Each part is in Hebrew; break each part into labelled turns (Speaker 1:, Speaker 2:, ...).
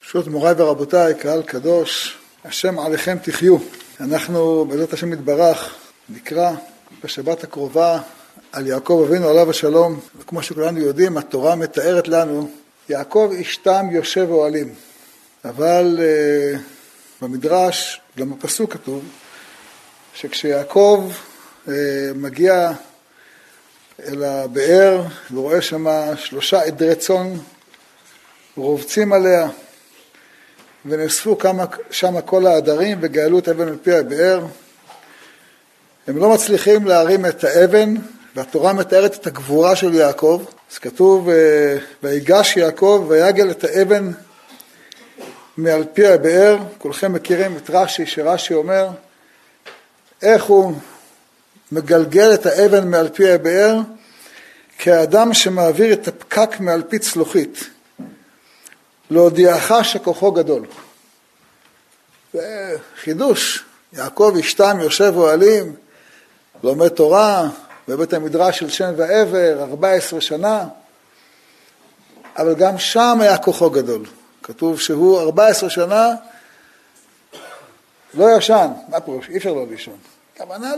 Speaker 1: ברשות מוריי ורבותיי, קהל קדוש, השם עליכם תחיו. אנחנו בעזרת השם יתברך נקרא בשבת הקרובה על יעקב אבינו עליו השלום. וכמו שכולנו יודעים, התורה מתארת לנו, יעקב איש תם יושב אוהלים. אבל במדרש, גם בפסוק כתוב, שכשיעקב מגיע אל הבאר ורואה שם 3 עדרי צאן רובצים עליה, ונאספו שם כל העדרים וגאלו את האבן על פי הבאר. הם לא מצליחים להרים את האבן, והתורה מתארת את הגבורה של יעקב. אז כתוב, ויגש יעקב ויגל את האבן מעל פי הבאר. כולכם מכירים את רש"י, שרש"י אומר, איך הוא מגלגל את האבן מעל פי הבאר? כאדם שמעביר את הפקק מעל פי צלוחית. להודיעך שכוחו גדול. זה חידוש. יעקב איש תם יושב אוהלים, לומד תורה, בבית המדרש של שם ועבר, 14 שנה, אבל גם שם היה כוחו גדול. כתוב שהוא 14 שנה לא ישן. מה פירוש? אי אפשר לא לישון. הכוונה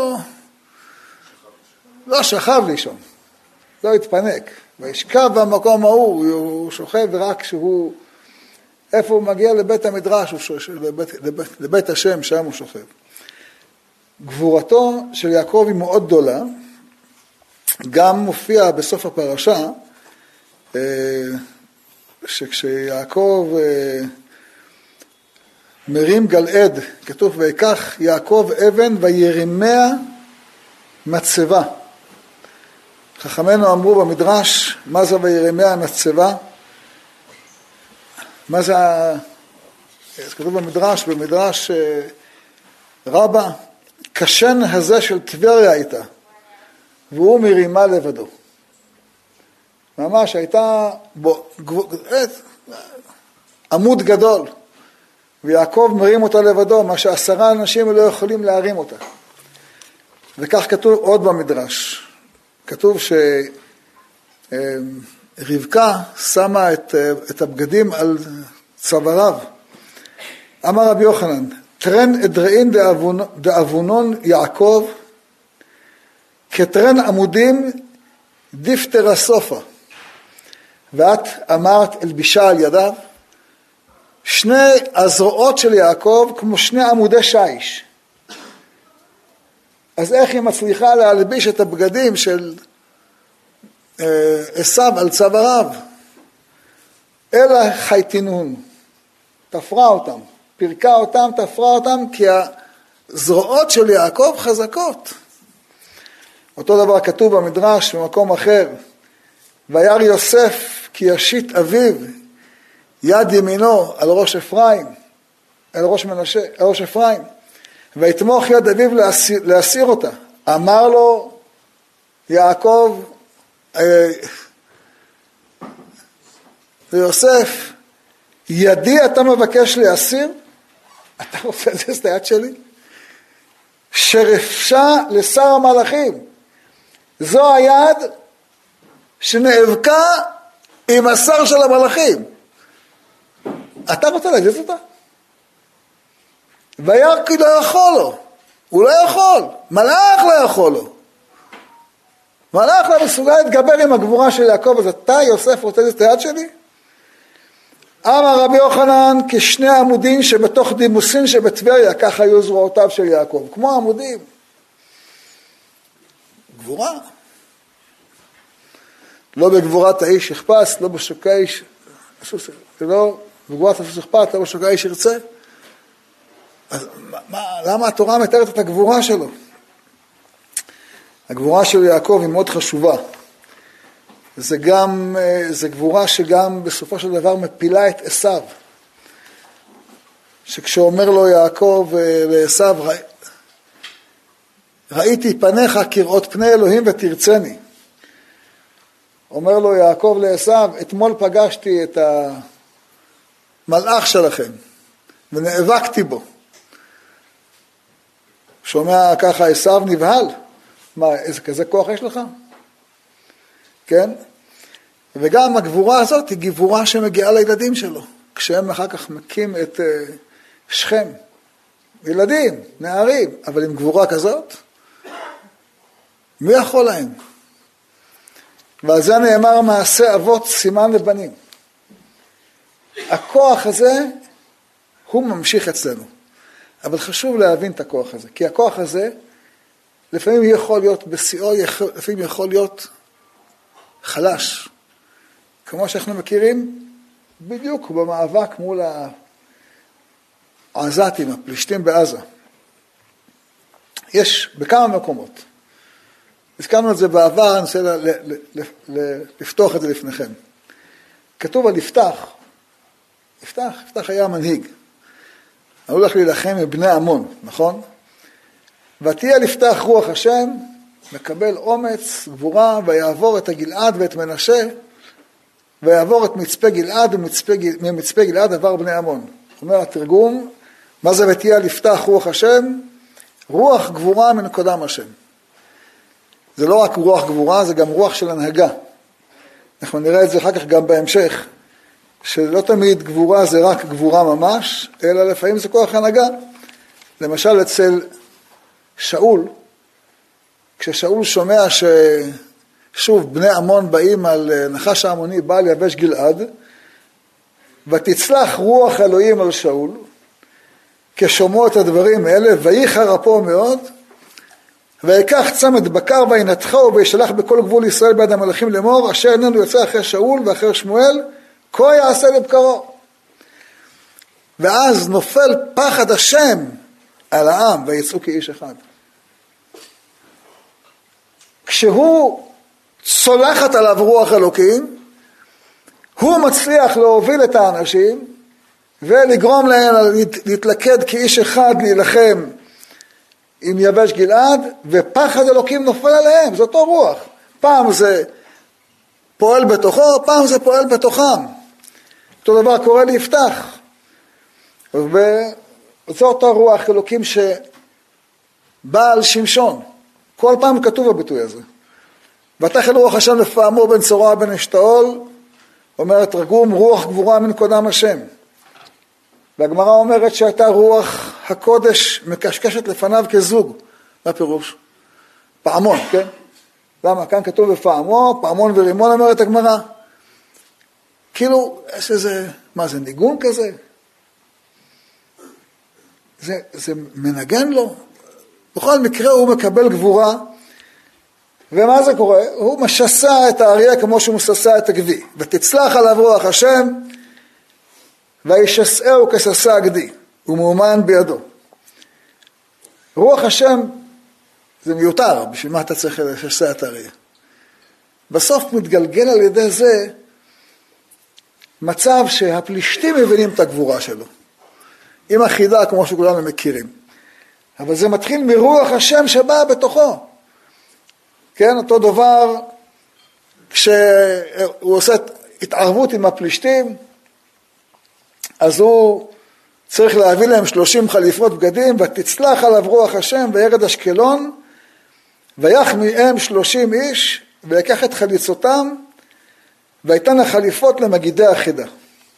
Speaker 1: לא שכב לישון, לא התפנק. וישכב במקום ההוא, הוא שוכב רק שהוא, איפה הוא מגיע לבית המדרש, לבית השם, שם הוא שוכב. גבורתו של יעקב היא מאוד גדולה, גם מופיע בסוף הפרשה, שכשיעקב מרים גלעד, כתוב, ויקח יעקב אבן וירימיה מצבה. חכמינו אמרו במדרש, מה זה וירימיה מצבה? מה זה, כתוב במדרש רבה, קשן הזה של טבריה הייתה, והוא מרימה לבדו. ממש הייתה עמוד גדול, ויעקב מרים אותה לבדו, מה ש10 אנשים לא יכולים להרים אותה. וכך כתוב עוד במדרש. כתוב שרבקה שמה את הבגדים על צוואריו. אמר רבי יוחנן, טרן אדרעין דאבונון יעקב, כטרן עמודים דיפטרה סופה. ואת אמרת אלבישה על ידיו, 2 הזרועות של יעקב כמו 2 עמודי שיש. אז איך היא מצליחה להלביש את הבגדים של עשיו על צוואריו? אלא חייתינון, תפרה אותם, פרקה אותם, תפרה אותם, כי הזרועות של יעקב חזקות. אותו דבר כתוב במדרש במקום אחר, וירא יוסף כי ישית אביו יד ימינו על ראש אפרים, על ראש אפרים, ויתמוך יד אביו להסיר אותה. אמר לו יעקב ליוסף, ידי אתה מבקש להסיר? אתה רוצה להזיז את היד שלי? שרפשה לשר המלאכים. זו היד שנאבקה עם השר של המלאכים. אתה רוצה להזיז אותה? וירא כי לא יכול לו. הוא לא יכול. מלאך לא יכול לו. מלאך לא מסוגל להתגבר עם הגבורה של יעקב. אז אתה יוסף רוצה להזיז את היד שלי? אמר רבי יוחנן, כ2 עמודים שבתוך דימוסין שבטבריה, כך היו זרועותיו של יעקב, כמו עמודים. גבורה. לא בגבורת האיש יחפש, לא בשוקי האיש, לא בגבורת האיש יחפש, לא בשוקי האיש ירצה. אז למה התורה מתארת את הגבורה שלו? הגבורה של יעקב היא מאוד חשובה. זה גבורה שגם בסופו של דבר מפילה את עשיו. שכשאומר לו יעקב לעשיו, ראיתי פניך כראות פני אלוהים ותרצני. אומר לו יעקב לעשיו, אתמול פגשתי את המלאך שלכם ונאבקתי בו. שומע ככה עשיו נבהל, מה, איזה כזה כוח יש לך? כן? וגם הגבורה הזאת היא גבורה שמגיעה לילדים שלו. כשהם אחר כך מקים את שכם, ילדים, נערים, אבל עם גבורה כזאת, מי יכול להם? ועל זה נאמר מעשה אבות סימן לבנים. הכוח הזה הוא ממשיך אצלנו. אבל חשוב להבין את הכוח הזה, כי הכוח הזה לפעמים יכול להיות בשיאו, לפעמים יכול להיות חלש. כמו שאנחנו מכירים, בדיוק במאבק מול העזתים, הפלישתים בעזה. יש בכמה מקומות. הזכרנו את זה בעבר, אני רוצה לפתוח את זה לפניכם. כתוב על יפתח, יפתח היה מנהיג. הוא הולך להילחם עם בני עמון, נכון? ותהיה לפתח רוח השם, מקבל אומץ, גבורה, ויעבור את הגלעד ואת מנשה, ויעבור את מצפה גלעד, וממצפה גלעד עבר בני עמון. אומר התרגום, מה זה ותהיה לפתח רוח השם? רוח גבורה מנקודם השם. זה לא רק רוח גבורה, זה גם רוח של הנהגה. אנחנו נראה את זה אחר כך גם בהמשך, שלא תמיד גבורה זה רק גבורה ממש, אלא לפעמים זה כוח הנהגה. למשל אצל שאול, כששאול שומע ששוב בני עמון באים על נחש העמוני, בא ליבש גלעד, ותצלח רוח אלוהים על שאול, כשומעו את הדברים האלה, וייחר אפו מאוד, ויקח צמד בקר וינתחו, וישלח בכל גבול ישראל ביד המלאכים לאמור, אשר איננו יוצא אחרי שאול ואחרי שמואל, כה יעשה לבקרו. ואז נופל פחד השם על העם, ויצאו כאיש אחד. כשהוא צולחת עליו רוח אלוקים, הוא מצליח להוביל את האנשים, ולגרום להם להתלכד כאיש אחד להילחם עם יבש גלעד, ופחד אלוקים נופל עליהם, זה אותו רוח. פעם זה פועל בתוכו, פעם זה פועל בתוכם. אותו דבר קורה ליפתח. וזה אותו רוח אלוקים שבא על שמשון. כל פעם כתוב הביטוי הזה. ותחל רוח השם לפעמו בין צורע בין אשתאול, אומרת תרגום רוח גבורה מנקודם השם. והגמרא אומרת שהייתה רוח הקודש מקשקשת לפניו כזוג. מה פירוש? פעמון, כן? למה? כאן כתוב בפעמו, פעמון ורימון אומרת הגמרא. כאילו, יש איזה, מה זה, ניגון כזה? זה מנגן לו. בכל מקרה הוא מקבל גבורה, ומה זה קורה? הוא משסה את האריה כמו שהוא משסה את הגדי. ותצלח עליו רוח השם, וישסעהו כשסה הגדי, ומאומן בידו. רוח השם זה מיותר, בשביל מה אתה צריך לשסע את האריה? בסוף מתגלגל על ידי זה מצב שהפלישתים מבינים את הגבורה שלו. עם החידה כמו שכולנו מכירים. אבל זה מתחיל מרוח השם שבא בתוכו. כן, אותו דבר כשהוא עושה התערבות עם הפלישתים, אז הוא צריך להביא להם 30 חליפות בגדים, ותצלח עליו רוח השם וירד אשקלון, ויחמיהם 30 איש, ויקח את חליצותם, ויתן החליפות למגידי החידה.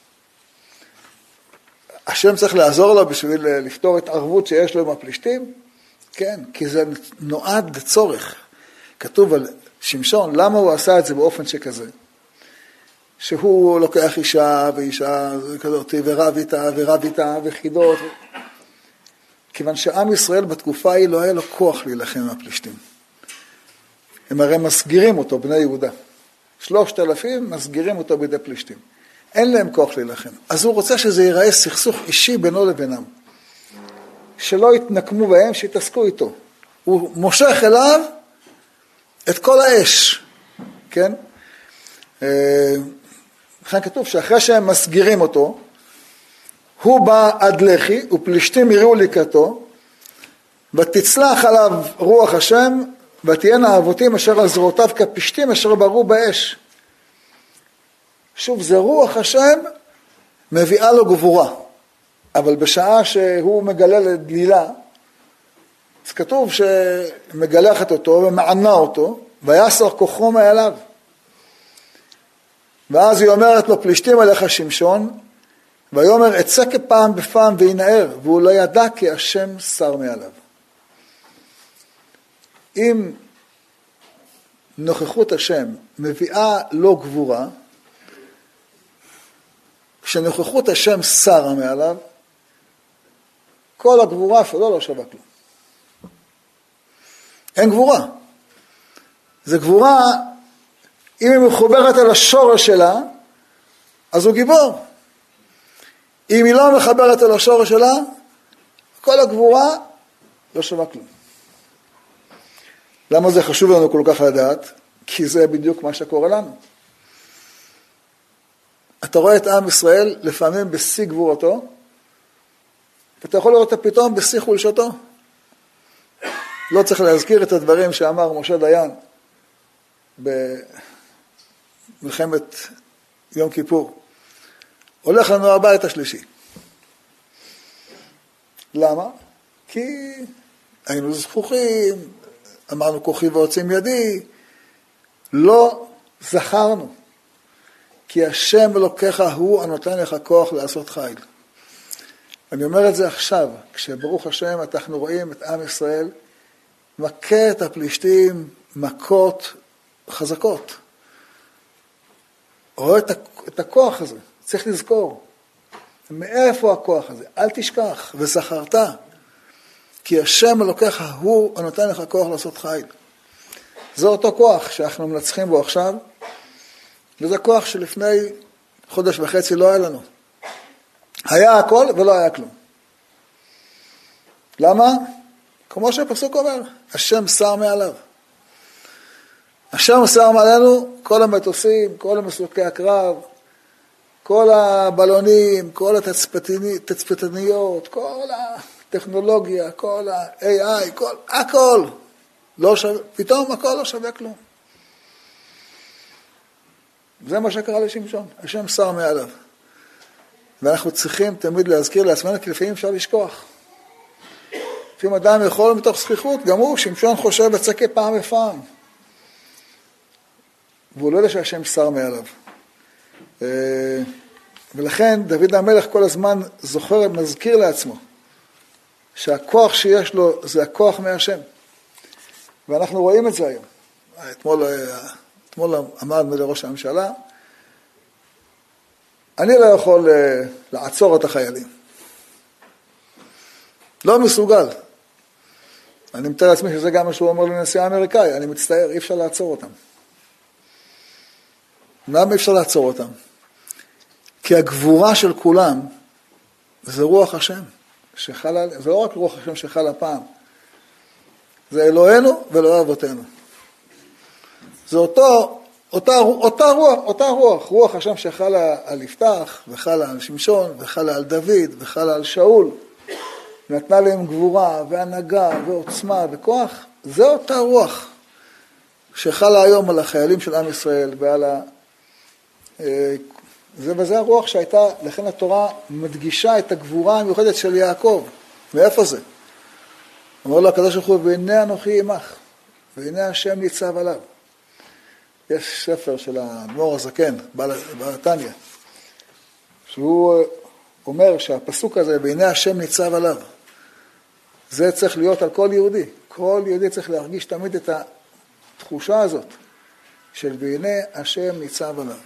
Speaker 1: השם צריך לעזור לו בשביל לפתור התערבות שיש לו עם הפלישתים? כן, כי זה נועד לצורך. כתוב על שמשון, למה הוא עשה את זה באופן שכזה? שהוא לוקח אישה ואישה כזאת, ורב איתה וחידות. כיוון שעם ישראל בתקופה היא לא היה לו כוח להילחם עם הפלישתים. הם הרי מסגירים אותו, בני יהודה. 3,000 מסגירים אותו בידי פלישתים. אין להם כוח להילחם. אז הוא רוצה שזה ייראה סכסוך אישי בינו לבינם. שלא יתנקמו בהם, שיתעסקו איתו. הוא מושך אליו את כל האש. כן? לכן כתוב שאחרי שהם מסגירים אותו, הוא בא עד לחי, ופלישתים יראו לקראתו, ותצלח עליו רוח השם, ותהיינה אבותים אשר על זרועותיו כפשתים אשר ברו באש. שוב, זה רוח השם מביאה לו גבורה, אבל בשעה שהוא מגלה לדלילה, אז כתוב שמגלחת אותו ומענה אותו, ויסר כוחו מעליו. ואז היא אומרת לו, פלישתים עליך שמשון, ויאמר אצא כפעם בפעם וינער, והוא לא ידע כי השם שר מעליו. אם נוכחות השם מביאה לו גבורה, כשנוכחות השם שרה מעליו, כל הגבורה שלו לא שווה כלום. אין גבורה. זה גבורה, אם היא מחוברת אל השורש שלה, אז הוא גיבור. אם היא לא מחברת אל השורש שלה, כל הגבורה לא שווה כלום. למה זה חשוב לנו כל כך לדעת? כי זה בדיוק מה שקורה לנו. אתה רואה את עם ישראל לפעמים בשיא גבורתו, ואתה יכול לראות אותה פתאום בשיא חולשתו. לא צריך להזכיר את הדברים שאמר משה דיין במלחמת יום כיפור. הולך לנו הבית השלישי. למה? כי היינו זכוכים, אמרנו כוחי ועוצם ידי, לא זכרנו. כי השם אלוקיך הוא הנותן לך כוח לעשות חיל. אני אומר את זה עכשיו, כשברוך השם אנחנו רואים את עם ישראל, מכה את הפלישתים מכות חזקות. רואה את הכוח הזה, צריך לזכור. מאיפה הכוח הזה? אל תשכח, וזכרת. כי השם אלוקיך הוא הנותן לך כוח לעשות חיל. זה אותו כוח שאנחנו מנצחים בו עכשיו, וזה כוח שלפני חודש וחצי לא היה לנו. היה הכל ולא היה כלום. למה? כמו שהפסוק אומר, השם שר מעליו. השם שר מעלינו, כל המטוסים, כל המסוקי הקרב, כל הבלונים, כל התצפיתניות, כל הטכנולוגיה, כל ה-AI, הכל. לא שווה, פתאום הכל לא שווה כלום. זה מה שקרה לשמשון, השם שר מעליו. ואנחנו צריכים תמיד להזכיר לעצמנו, כי לפעמים אפשר לשכוח. לפעמים אדם יכול מתוך זכיחות, גם הוא, שמשון חושב וצקה פעם בפעם. והוא לא יודע שהשם שר מעליו. ולכן דוד המלך כל הזמן זוכר, מזכיר לעצמו, שהכוח שיש לו זה הכוח מהשם. ואנחנו רואים את זה היום. אתמול אמר לראש הממשלה, אני לא יכול לעצור את החיילים. לא מסוגל. אני מתאר לעצמי שזה גם מה שהוא אומר לנשיא האמריקאי, אני מצטער, אי אפשר לעצור אותם. למה אי אפשר לעצור אותם? כי הגבורה של כולם זה רוח השם, זה לא רק רוח השם שחל הפעם, זה אלוהינו ואלוהי אבותינו. זה אותה רוח השם שחלה על יפתח, וחלה על שמשון, וחלה על דוד, וחלה על שאול, נתנה להם גבורה והנהגה ועוצמה וכוח, זה אותה רוח שחלה היום על החיילים של עם ישראל, וזה הרוח שהייתה, לכן התורה מדגישה את הגבורה המיוחדת של יעקב. מאיפה זה? אמר לו הקדוש ברוך הוא, והנה אנוכי עמך, והנה השם ניצב עליו. יש ספר של האדמו"ר הזקן, בעל התניא, שהוא אומר שהפסוק הזה, והנה השם ניצב עליו, זה צריך להיות על כל יהודי. כל יהודי צריך להרגיש תמיד את התחושה הזאת, של והנה השם ניצב עליו.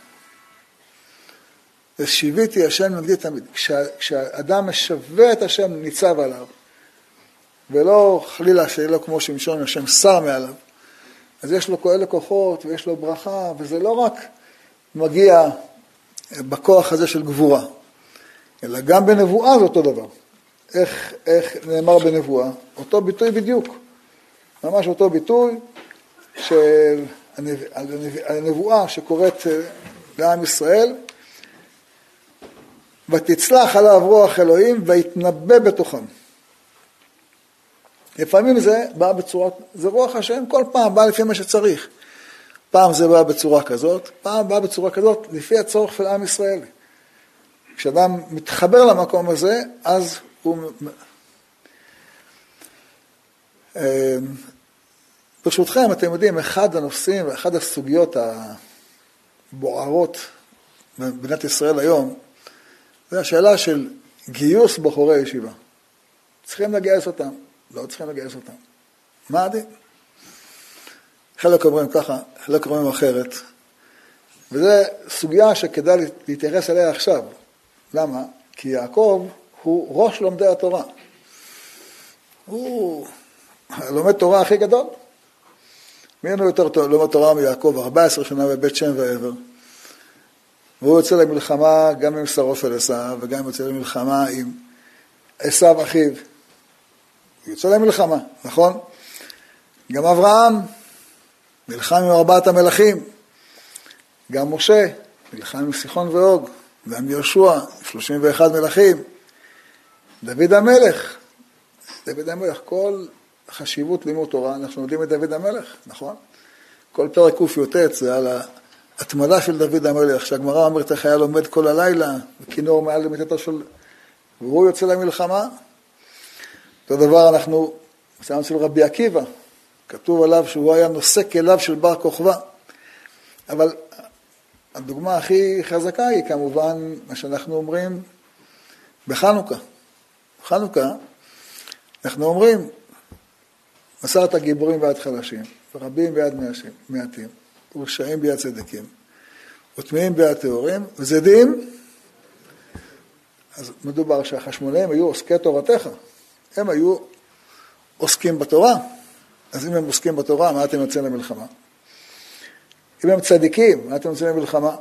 Speaker 1: ושיביתי השם נגדי תמיד. כשאדם משווה את השם ניצב עליו, ולא חלילה שלא כמו שמשון השם שר מעליו, אז יש לו כאלה כוחות ויש לו ברכה, וזה לא רק מגיע בכוח הזה של גבורה, אלא גם בנבואה זה אותו דבר. איך נאמר בנבואה? אותו ביטוי בדיוק. ממש אותו ביטוי של הנבואה שקוראת לעם ישראל, ותצלח עליו רוח אלוהים והתנבא בתוכם. לפעמים זה בא בצורה, זה רוח השם, כל פעם בא לפי מה שצריך. פעם זה בא בצורה כזאת, פעם בא בצורה כזאת, לפי הצורך של עם ישראל. כשאדם מתחבר למקום הזה, אז הוא... ברשותכם, אתם יודעים, אחד הנושאים ואחד הסוגיות הבוערות במדינת ישראל היום, זו השאלה של גיוס בחורי ישיבה. צריכים לגייס אותם, לא צריכים לגייס אותם. מה עדיין? חלק אומרים ככה, חלק אומרים אחרת. וזו סוגיה שכדאי להתייחס אליה עכשיו. למה? כי יעקב הוא ראש לומדי התורה. הוא לומד תורה הכי גדול. מי אינו יותר לומד תורה מיעקב? 14 שנה בבית שם ועבר. והוא יוצא למלחמה גם עם שרו של עשיו, וגם יוצא למלחמה עם עשיו אחיו. הוא יוצא למלחמה, נכון? גם אברהם נלחם עם 4 המלכים. גם משה נלחם עם סיחון ואוג. גם יהושע, 31 מלכים. דוד המלך. דוד המלך, כל חשיבות לימוד תורה, אנחנו יודעים את דוד המלך, נכון? כל פרק ק"ט זה על ההתמדה של דוד המלך, שהגמרא אומרת איך היה לומד כל הלילה, וכינור מעל למיטתו של... והוא יוצא למלחמה. אותו דבר אנחנו, מצאנו של רבי עקיבא, כתוב עליו שהוא היה נושא כליו של בר כוכבא. אבל הדוגמה הכי חזקה היא כמובן מה שאנחנו אומרים בחנוכה. בחנוכה אנחנו אומרים, מסרת הגיבורים ביד חלשים, ורבים ביד מעטים, ורשעים ביד צדיקים, וטמאים ביד טהורים, וזדים. אז מדובר שהחשמונאים היו עוסקי תורתך, הם היו עוסקים בתורה. אז אם הם עוסקים בתורה, מה אתם יוצאים למלחמה? אם הם צדיקים, מה אתם יוצאים למלחמה?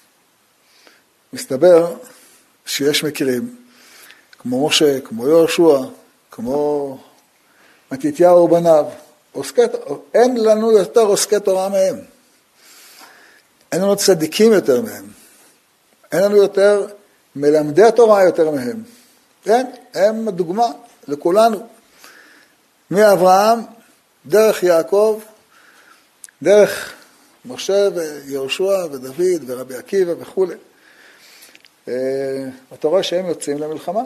Speaker 1: מסתבר שיש מקרים, כמו משה, כמו יהושע, כמו מתתיהו ובניו, אין לנו יותר עוסקי תורה מהם. אין לנו צדיקים יותר מהם. אין לנו יותר מלמדי התורה יותר מהם. כן, הם דוגמה לכולנו. מאברהם, דרך יעקב, דרך משה ויהושע ודוד ורבי עקיבא וכו'. אתה רואה שהם יוצאים למלחמה.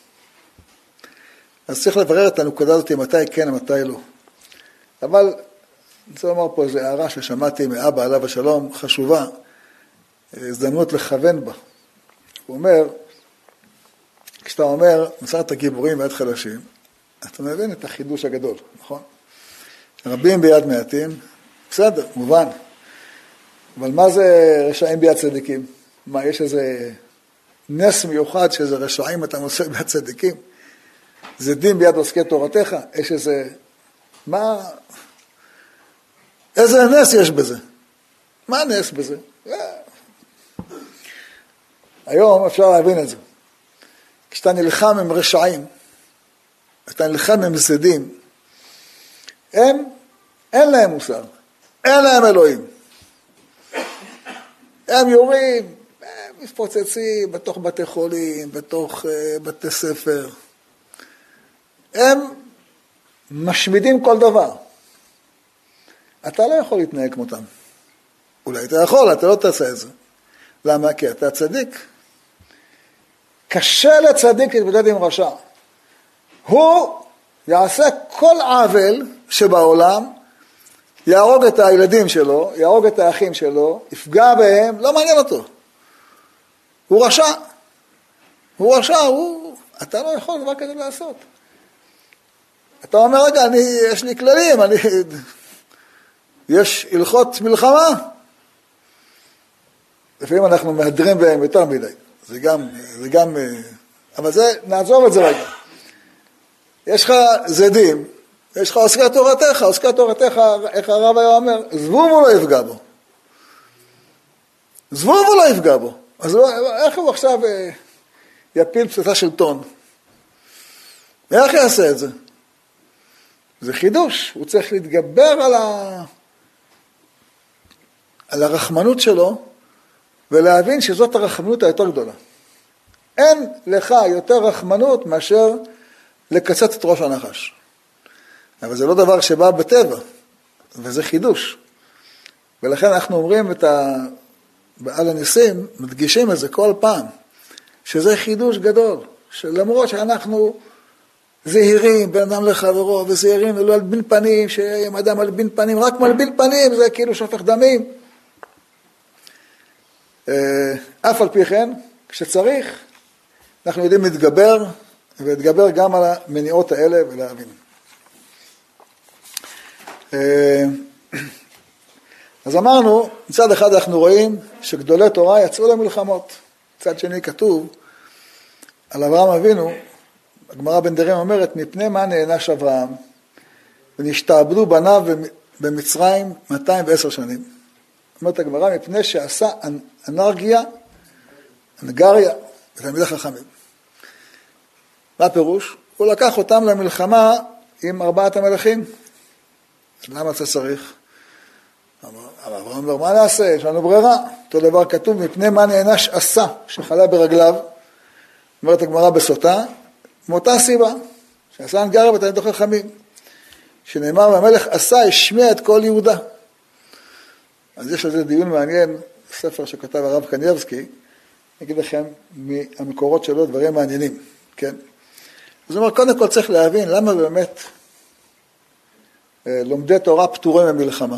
Speaker 1: אז צריך לברר את הנקודה הזאת, מתי כן ומתי לא. אבל אני רוצה לומר פה איזו הערה ששמעתי מאבא עליו השלום, חשובה, הזדמנות לכוון בה. הוא אומר, כשאתה אומר, מסרת הגיבורים ביד חלשים, אתה מבין את החידוש הגדול, נכון? רבים ביד מעטים, בסדר, מובן. אבל מה זה רשעים ביד צדיקים? מה, יש איזה נס מיוחד שזה רשעים אתה נושא ביד צדיקים? זדים ביד עוסקי תורתך? יש איזה... מה... איזה נס יש בזה? מה נס בזה? היום אפשר להבין את זה. כשאתה נלחם עם רשעים, אתה נלחם עם זדים, הם, אין להם מוסר, אין להם אלוהים. הם יורים, הם מתפוצצים בתוך בתי חולים, בתוך בתי ספר. הם משמידים כל דבר. אתה לא יכול להתנהג כמותם. אולי אתה יכול, אתה לא תעשה את זה. למה? כי אתה צדיק. קשה לצדיק להתמודד עם רשע. הוא יעשה כל עוול שבעולם, יהרוג את הילדים שלו, יהרוג את האחים שלו, יפגע בהם, לא מעניין אותו. הוא רשע. הוא רשע, אתה לא יכול דבר כזה לעשות. אתה אומר, רגע, יש לי כללים, יש הלכות מלחמה. לפעמים אנחנו מהדרים בהם יותר מדי. זה גם, אבל נעזוב את זה רגע. יש לך זדים, יש לך עוסקי תורתך, איך הרב היה אומר, זבוב הוא לא יפגע בו. זבוב הוא לא יפגע בו. אז איך הוא עכשיו יפיל פצצה של טון? איך יעשה את זה? זה חידוש, הוא צריך להתגבר על הרחמנות שלו, ולהבין שזאת הרחמנות היותר גדולה. אין לך יותר רחמנות מאשר לקצץ את ראש הנחש. אבל זה לא דבר שבא בטבע, וזה חידוש. ולכן אנחנו אומרים בעל הניסים, מדגישים את זה כל פעם, שזה חידוש גדול, שלמרות שאנחנו זהירים בין אדם לחברו, וזהירים ולא על בין פנים, שאם אדם על בין פנים, רק מלבין פנים, זה כאילו שופך דמים. אף על פי כן, כשצריך, אנחנו יודעים להתגבר, ולהתגבר גם על המניעות האלה ולהבין. אז אמרנו, מצד אחד אנחנו רואים שגדולי תורה יצאו למלחמות. מצד שני כתוב על אברהם אבינו, הגמרא בן דרים אומרת, מפני מה נענש אברהם? ונשתעבדו בניו במצרים 210 שנים. אומרת הגמרא, מפני שעשה אנגריה, ותלמידי חכמים. מה הפירוש? הוא לקח אותם למלחמה עם 4 המלכים. למה זה צריך? אברהם אומר, מה נעשה? יש לנו ברירה. אותו דבר כתוב, מפני מה נענש עשה, שחלה ברגליו. אומרת הגמרא בסוטה, מאותה סיבה, שעשה אנגריה ותלמידי חכמים. שנאמר, והמלך עשה, השמיע את כל יהודה. אז יש על זה דיון מעניין, ספר שכתב הרב קניבסקי, אני אגיד לכם מהמקורות שלו דברים מעניינים, כן? זאת אומרת, קודם כל צריך להבין למה באמת לומדי תורה פטורים ממלחמה.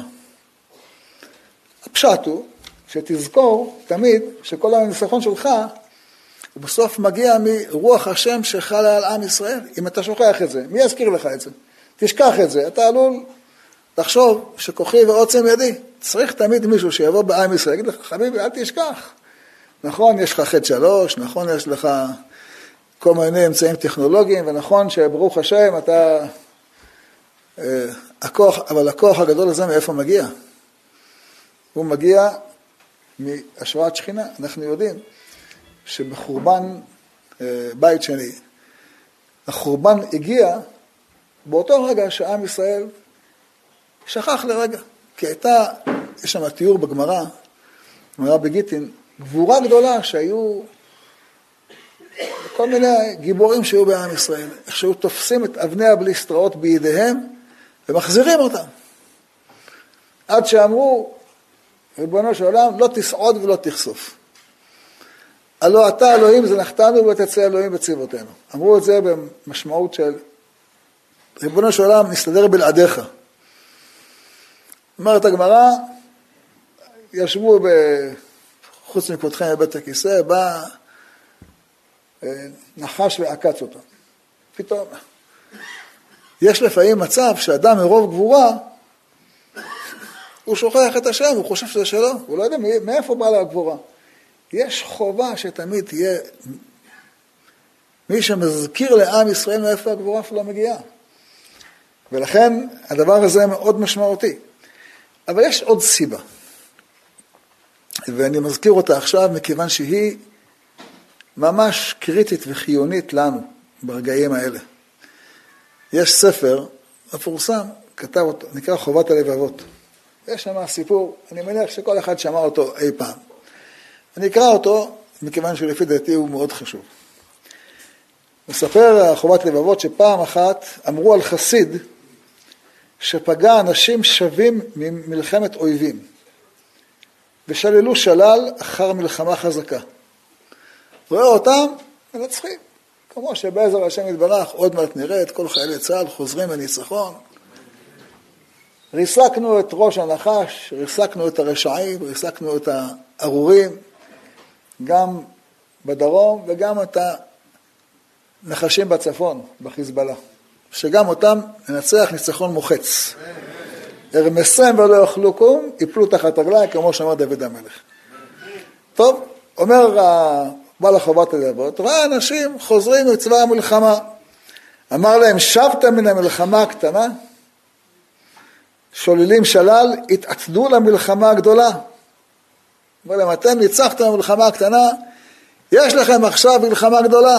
Speaker 1: הפשט הוא שתזכור תמיד שכל הניצחון שלך הוא בסוף מגיע מרוח השם שחלה על עם ישראל. אם אתה שוכח את זה, מי יזכיר לך את זה? תשכח את זה, אתה עלול לחשוב שכוחי ועוצם ידי. צריך תמיד מישהו שיבוא בעם ישראל, יגיד לך, חביבי, אל תשכח. נכון, יש לך חטא 3, נכון, יש לך כל מיני אמצעים טכנולוגיים, ונכון שברוך השם אתה, אבל הכוח הגדול הזה מאיפה מגיע? הוא מגיע מהשראת שכינה. אנחנו יודעים שבחורבן בית שני, החורבן הגיע באותו רגע שעם ישראל שכח לרגע. כי הייתה, יש שם תיאור בגמרא, גמרא בגיטין, גבורה גדולה שהיו כל מיני גיבורים שהיו בעם ישראל, איך שהיו תופסים את אבני הבליסטראות בידיהם ומחזירים אותם. עד שאמרו, ריבונו של עולם, לא תסעוד ולא תחשוף. הלא אתה אלוהים זנחתנו ותצא אלוהים בצבאותינו. אמרו את זה במשמעות של ריבונו של עולם נסתדר בלעדיך. אומרת הגמרא, ישבו חוץ מכבודכם בבית הכיסא, בא נחש ועקץ אותם. פתאום, יש לפעמים מצב שאדם מרוב גבורה, הוא שוכח את השם, הוא חושב שזה שלו, הוא לא יודע מאיפה בא לה הגבורה. יש חובה שתמיד תהיה מי שמזכיר לעם ישראל מאיפה הגבורה שלו מגיעה. ולכן הדבר הזה מאוד משמעותי. אבל יש עוד סיבה, ואני מזכיר אותה עכשיו מכיוון שהיא ממש קריטית וחיונית לנו ברגעים האלה. יש ספר מפורסם, כתב אותו, נקרא חובת הלבבות. יש שם סיפור, אני מניח שכל אחד שמע אותו אי פעם. אני אקרא אותו מכיוון שלפי דעתי הוא מאוד חשוב. מספר חובת לבבות שפעם אחת אמרו על חסיד שפגע אנשים שווים ממלחמת אויבים, ושללו שלל אחר מלחמה חזקה. רואה אותם מנצחים, כמו שבעזר השם יתברך עוד מעט נראה את כל חיילי צה"ל חוזרים לניצחון. ריסקנו את ראש הנחש, ריסקנו את הרשעים, ריסקנו את הארורים, גם בדרום וגם את הנחשים בצפון, בחיזבאללה. שגם אותם ננצח ניצחון מוחץ. הרמסם ולא יאכלו קום, יפלו תחת רגליים, כמו שאמר דוד המלך. טוב, אומר בעל חובת הלבבות, ראה אנשים חוזרים מצבא המלחמה. אמר להם, שבתם מן המלחמה הקטנה, שוללים שלל, התעתדו למלחמה הגדולה. אמר להם, אתם ניצחתם במלחמה הקטנה, יש לכם עכשיו מלחמה גדולה.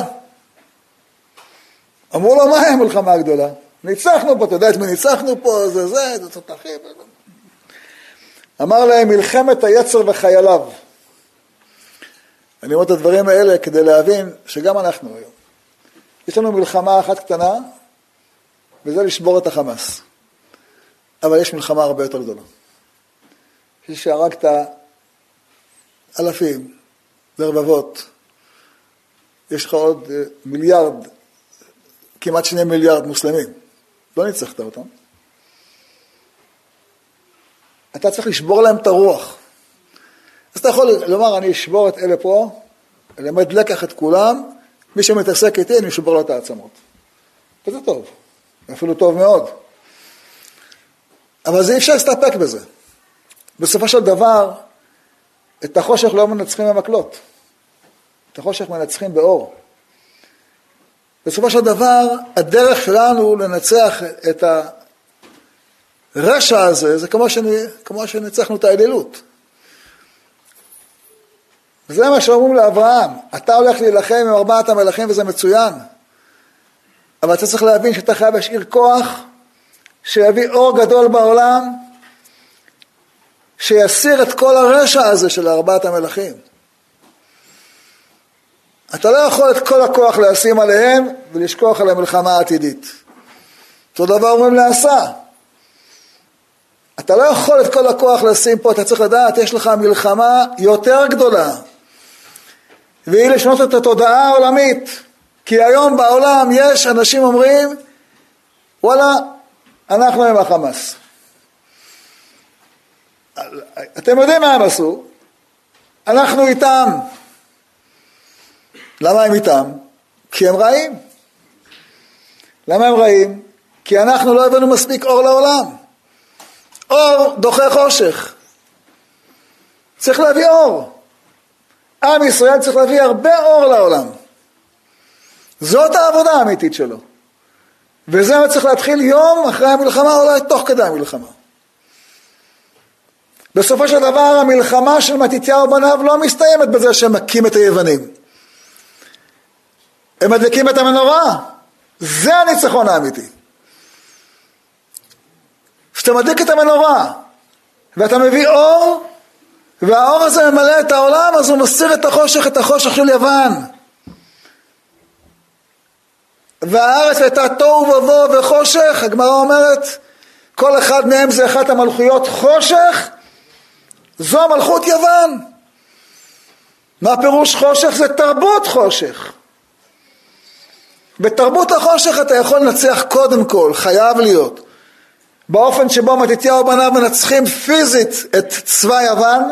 Speaker 1: אמרו לו, מה היא המלחמה הגדולה? ניצחנו פה, אתה יודע את מי ניצחנו פה, זה תותחים. אמר להם, מלחמת היצר וחייליו. אני אומר את הדברים האלה כדי להבין שגם אנחנו היום. יש לנו מלחמה אחת קטנה, וזה לשבור את החמאס. אבל יש מלחמה הרבה יותר גדולה. שהרגת אלפים ורבבות, יש לך עוד מיליארד, כמעט 2 מיליארד מוסלמים. לא ניצחת אותם. אתה צריך לשבור להם את הרוח. אז אתה יכול לומר, אני אשבור את אלה פה, אלמד לקח את כולם, מי שמתעסק איתי, אני משבר לו את העצמות. וזה טוב, אפילו טוב מאוד. אבל זה אי אפשר להסתפק בזה. בסופו של דבר, את החושך לא מנצחים במקלות. את החושך מנצחים באור. בסופו של דבר, הדרך שלנו לנצח את הרשע הזה, זה כמו שניצחנו את האלילות. וזה מה שאומרים לאברהם, אתה הולך להילחם עם 4 המלכים וזה מצוין, אבל אתה צריך להבין שאתה חייב להשאיר כוח, שיביא אור גדול בעולם, שיסיר את כל הרשע הזה של 4 המלכים. אתה לא יכול את כל הכוח לשים עליהם ולשכוח על המלחמה העתידית. אותו דבר אומרים לעשה. אתה לא יכול את כל הכוח לשים פה, אתה צריך לדעת, יש לך מלחמה יותר גדולה. והיא לשנות את התודעה העולמית. כי היום בעולם יש אנשים אומרים, וואלה, אנחנו עם החמאס. אתם יודעים מה הם עשו? אנחנו איתם. למה הם איתם? כי הם רעים. למה הם רעים? כי אנחנו לא הבאנו מספיק אור לעולם. אור דוחה חושך. צריך להביא אור. עם ישראל צריך להביא הרבה אור לעולם. זאת העבודה האמיתית שלו. וזה מה צריך להתחיל יום אחרי המלחמה, אולי תוך כדי המלחמה. בסופו של דבר המלחמה של מתתיהו ובניו לא מסתיימת בזה שהם מכים את היוונים. הם מדליקים את המנורה. זה הניצחון האמיתי. כשאתה מדליק את המנורה ואתה מביא אור, והאור הזה ממלא את העולם, אז הוא מסיר את החושך של יוון. והארץ הייתה תוהו ובוהו וחושך, הגמרא אומרת, כל אחד מהם זה אחת המלכויות חושך, זו המלכות יוון. מה פירוש חושך? זה תרבות חושך. בתרבות החושך אתה יכול לנצח קודם כל, חייב להיות. באופן שבו מתתיהו ובניו מנצחים פיזית את צבא יוון,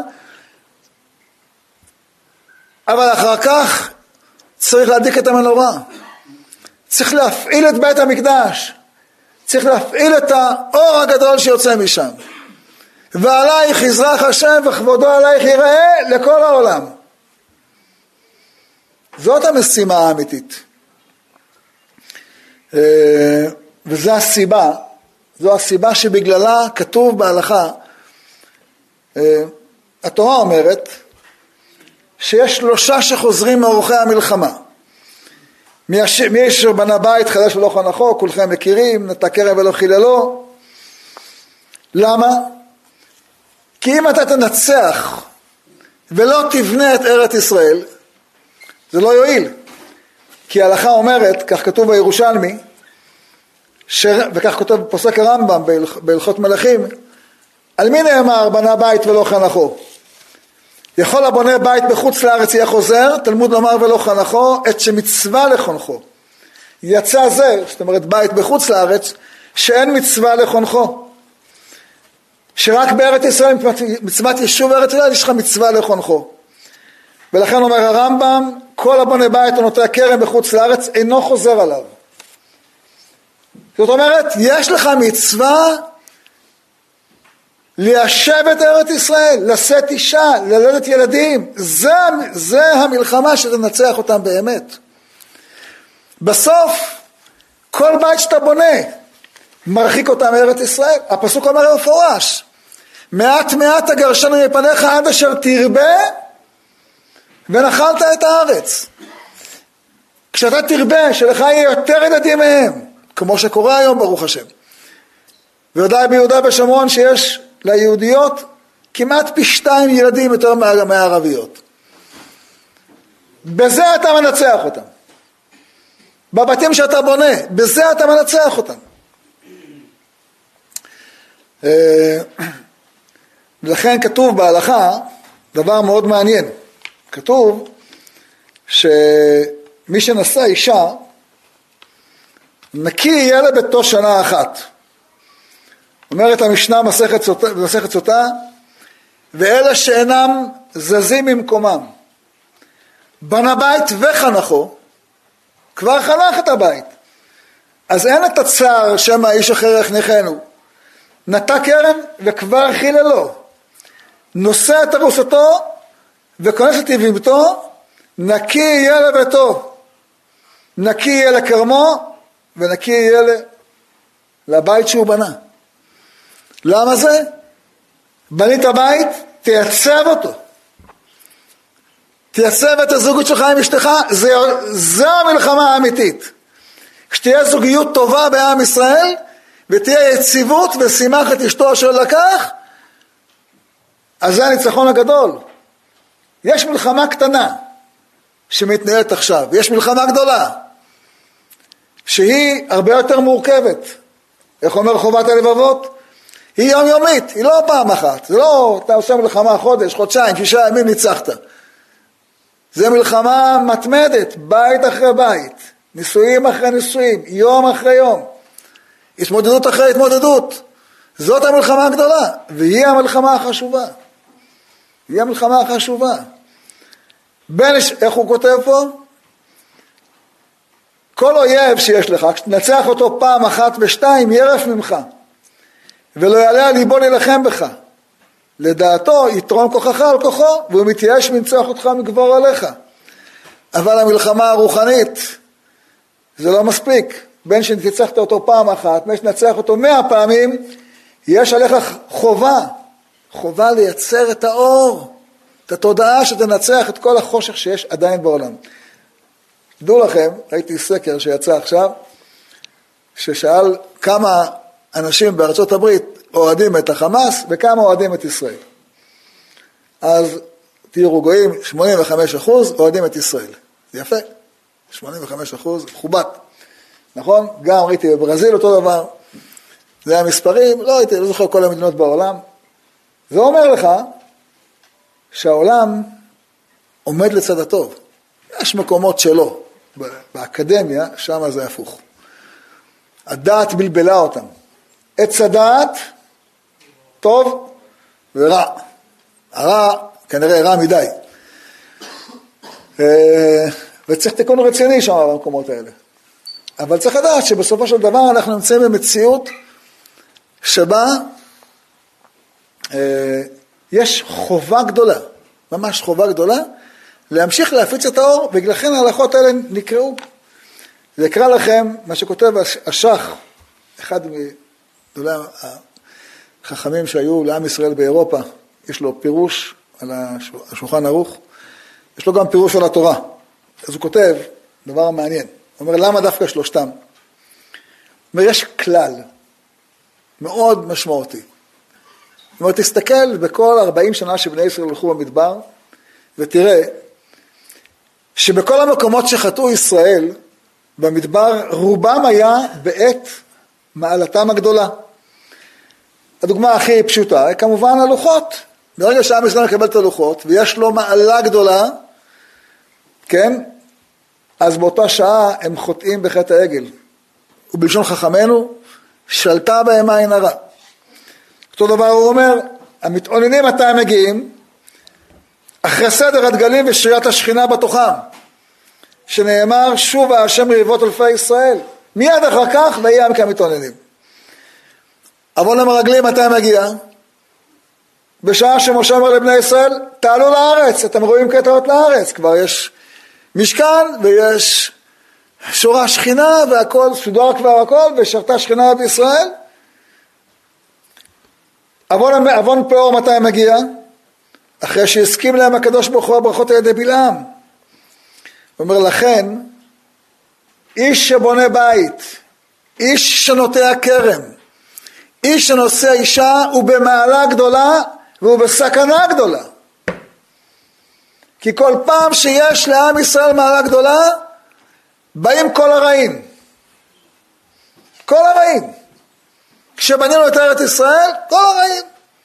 Speaker 1: אבל אחר כך צריך להדליק את המנורה. צריך להפעיל את בית המקדש. צריך להפעיל את האור הגדול שיוצא משם. ועלייך יזרח השם וכבודו עלייך ייראה לכל העולם. זאת המשימה האמיתית. וזו הסיבה. זו הסיבה שבגללה כתוב בהלכה, התורה אומרת, שיש 3 שחוזרים מאורחי המלחמה. מי אשר בנה בית חדש ולא חנכו, כולכם מכירים, נטע כרם ולא חיללו. למה? כי אם אתה תנצח ולא תבנה את ארץ ישראל, זה לא יועיל. כי ההלכה אומרת, כך כתוב בירושלמי, וכך כותב פוסק הרמב"ם בהלכות מלכים, על מי נאמר בנה בית ולא חנכו? יכול הבונה בית בחוץ לארץ יהיה חוזר, תלמוד לומר ולא חנכו, את שמצווה לחונכו. יצא זה, זאת אומרת בית בחוץ לארץ, שאין מצווה לחונכו. שרק בארץ ישראל, מצוות יישוב ארץ ישראל, יש לך מצווה לחונכו. ולכן אומר הרמב"ם, כל הבונה בית ונוטע כרם בחוץ לארץ, אינו חוזר עליו. זאת אומרת, יש לך מצווה ליישב את ארץ ישראל, לשאת אישה, ללדת ילדים. זה המלחמה שתנצח אותם באמת. בסוף, כל בית שאתה בונה, מרחיק אותם מארץ ישראל. הפסוק אומר מפורש, מעט מעט תגרשנו מפניך עד אשר תרבה, ונחלת את הארץ. כשאתה תרבה, שלך יהיה יותר ילדים מהם, כמו שקורה היום ברוך השם. ויודע ביהודה ושומרון שיש ליהודיות כמעט פי 2 ילדים יותר מהערביות. בזה אתה מנצח אותם. בבתים שאתה בונה, בזה אתה מנצח אותם. לכן כתוב בהלכה דבר מאוד מעניין. כתוב שמי שנשא אישה נקי יהיה לביתו שנה אחת. אומרת המשנה מסכת סוטה, ואלה שאינם זזים ממקומם, בנה בית וחנכו, כבר חנך את הבית. אז אין את הצער שמא איש אחר יחניכנו. נטע כרם וכבר חיללו. נושא את ארוסתו וכונס את יבימתו, נקי יהיה לביתו. נקי יהיה לכרמו ונקי יהיה לבית שהוא בנה. למה זה? בנית בית, תייצב אותו. תייצב את הזוגות שלך עם אשתך, זו המלחמה האמיתית. כשתהיה זוגיות טובה בעם ישראל, ותהיה יציבות ושימח את אשתו אשר לקח, אז זה הניצחון הגדול. יש מלחמה קטנה שמתנהלת עכשיו, יש מלחמה גדולה, שהיא הרבה יותר מורכבת. איך אומר חובת הלבבות? היא יומיומית, היא לא פעם אחת. זה לא, אתה עושה מלחמה חודש, חודשיים, 6 ימים ניצחת. זה מלחמה מתמדת, בית אחרי בית, ניסויים אחרי ניסויים, יום אחרי יום, התמודדות אחרי התמודדות. זאת המלחמה הגדולה, והיא המלחמה החשובה. היא המלחמה החשובה. איך הוא כותב פה? כל אויב שיש לך, כשתנצח אותו פעם אחת ושתיים, ירף ממך, ולא יעלה על ליבו להילחם בך. לדעתו יתרום כוחך על כוחו, והוא מתייאש מנצח אותך מגבור עליך. אבל המלחמה הרוחנית, זה לא מספיק. בין שנצחת אותו פעם אחת, בין שנצח אותו 100 פעמים, יש עליך חובה לייצר את האור, את התודעה שתנצח את כל החושך שיש עדיין בעולם. תדעו לכם, ראיתי סקר שיצא עכשיו, ששאל כמה אנשים בארצות הברית אוהדים את החמאס וכמה אוהדים את ישראל. אז תראו גויים, 85% אוהדים את ישראל. זה יפה, 85% מכובד. נכון? גם ראיתי בברזיל אותו דבר. זה המספרים, לא זוכר כל המדינות בעולם. זה אומר לך שהעולם עומד לצד הטוב. יש מקומות שלא. באקדמיה, שם זה הפוך. הדעת בלבלה אותם. עץ הדעת, טוב ורע. הרע כנראה רע מדי. וצריך תיקון רציני שם במקומות האלה. אבל צריך לדעת שבסופו של דבר אנחנו נמצאים במציאות שבה יש חובה גדולה, ממש חובה גדולה, להמשיך להפיץ את האור, ולכן ההלכות האלה נקראו. זה יקרא לכם מה שכותב השח, אחד מגדולי החכמים שהיו לעם ישראל באירופה, יש לו פירוש על השולחן ערוך, יש לו גם פירוש על התורה. אז הוא כותב דבר מעניין, הוא אומר למה דווקא שלושתם? הוא אומר יש כלל מאוד משמעותי. זאת אומרת תסתכל בכל 40 שנה שבני ישראל הלכו במדבר, ותראה שבכל המקומות שחטאו ישראל במדבר רובם היה בעת מעלתם הגדולה. הדוגמה הכי פשוטה, כמובן הלוחות. ברגע שעם ישראל מקבל את הלוחות, ויש לו מעלה גדולה, כן? אז באותה שעה הם חוטאים בחטא העגל. ובלשון חכמנו, שלטה בהם עין הרע. אותו דבר הוא אומר, המתאוננים מתי הם מגיעים? אחרי סדר הדגלים ושריית השכינה בתוכם. שנאמר, שובה השם רבבות אלפי ישראל. מיד אחר כך, ויהיה עמק המתאוננים. אבל למרגלים מתי מגיע? בשעה שמשה אומר לבני ישראל, תעלו לארץ, אתם רואים קטעות לארץ, כבר יש משכן ויש שורה שכינה והכל, סודר כבר הכל, ושרתה שכינה בישראל. אבון פאור מתי מגיע? אחרי שהסכים להם הקדוש ברוך הוא ברכות על ידי בלעם. הוא אומר לכן, איש שבונה בית, איש שנוטע כרם, איש שנושא אישה הוא במעלה גדולה והוא בסכנה גדולה. כי כל פעם שיש לעם ישראל מעלה גדולה, באים כל הרעים. כל הרעים. כשבנינו את ארץ ישראל, כל הרעים.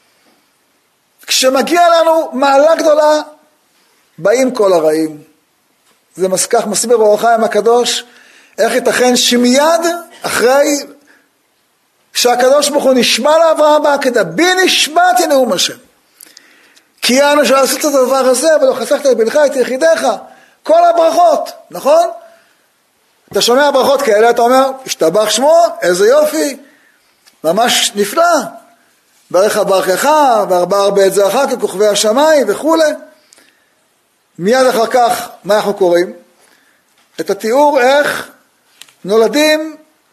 Speaker 1: כשמגיע לנו מעלה גדולה, באים כל הרעים. זה כך מסביר אור החיים הקדוש, איך ייתכן שמיד אחרי שהקדוש ברוך הוא נשבע לאברהם בעקדה, בי נשבעתי נאום השם. כי יענו שעשית את הדבר הזה, ולא חסכת את בנך את יחידיך, כל הברכות, נכון? אתה שומע ברכות כאלה, אתה אומר, השתבח שמו, איזה יופי, ממש נפלא. ברך ברכך, והרבה הרבה את זרעך ככוכבי השמיים וכו'. מיד אחר כך, מה אנחנו קוראים? את התיאור איך נולדים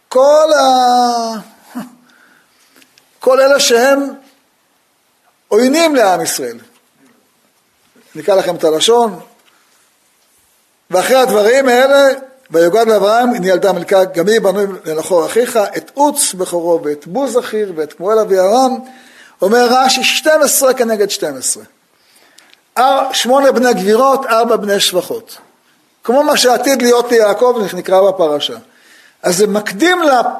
Speaker 1: כל אלה שהם עוינים לעם ישראל. נקרא לכם את הלשון. ואחרי הדברים האלה, ויוגד לאברהם, הנה ילדה מלכה, גם היא בנוי לנחור אחיך, את עוץ בכורו ואת בוז אחיר ואת כמואל אבי ארם, אומר רש"י 12 כנגד 12. 8 בני גבירות, 4 בני שבחות. כמו מה שעתיד להיות ליעקב, נקרא בפרשה. אז זה מקדים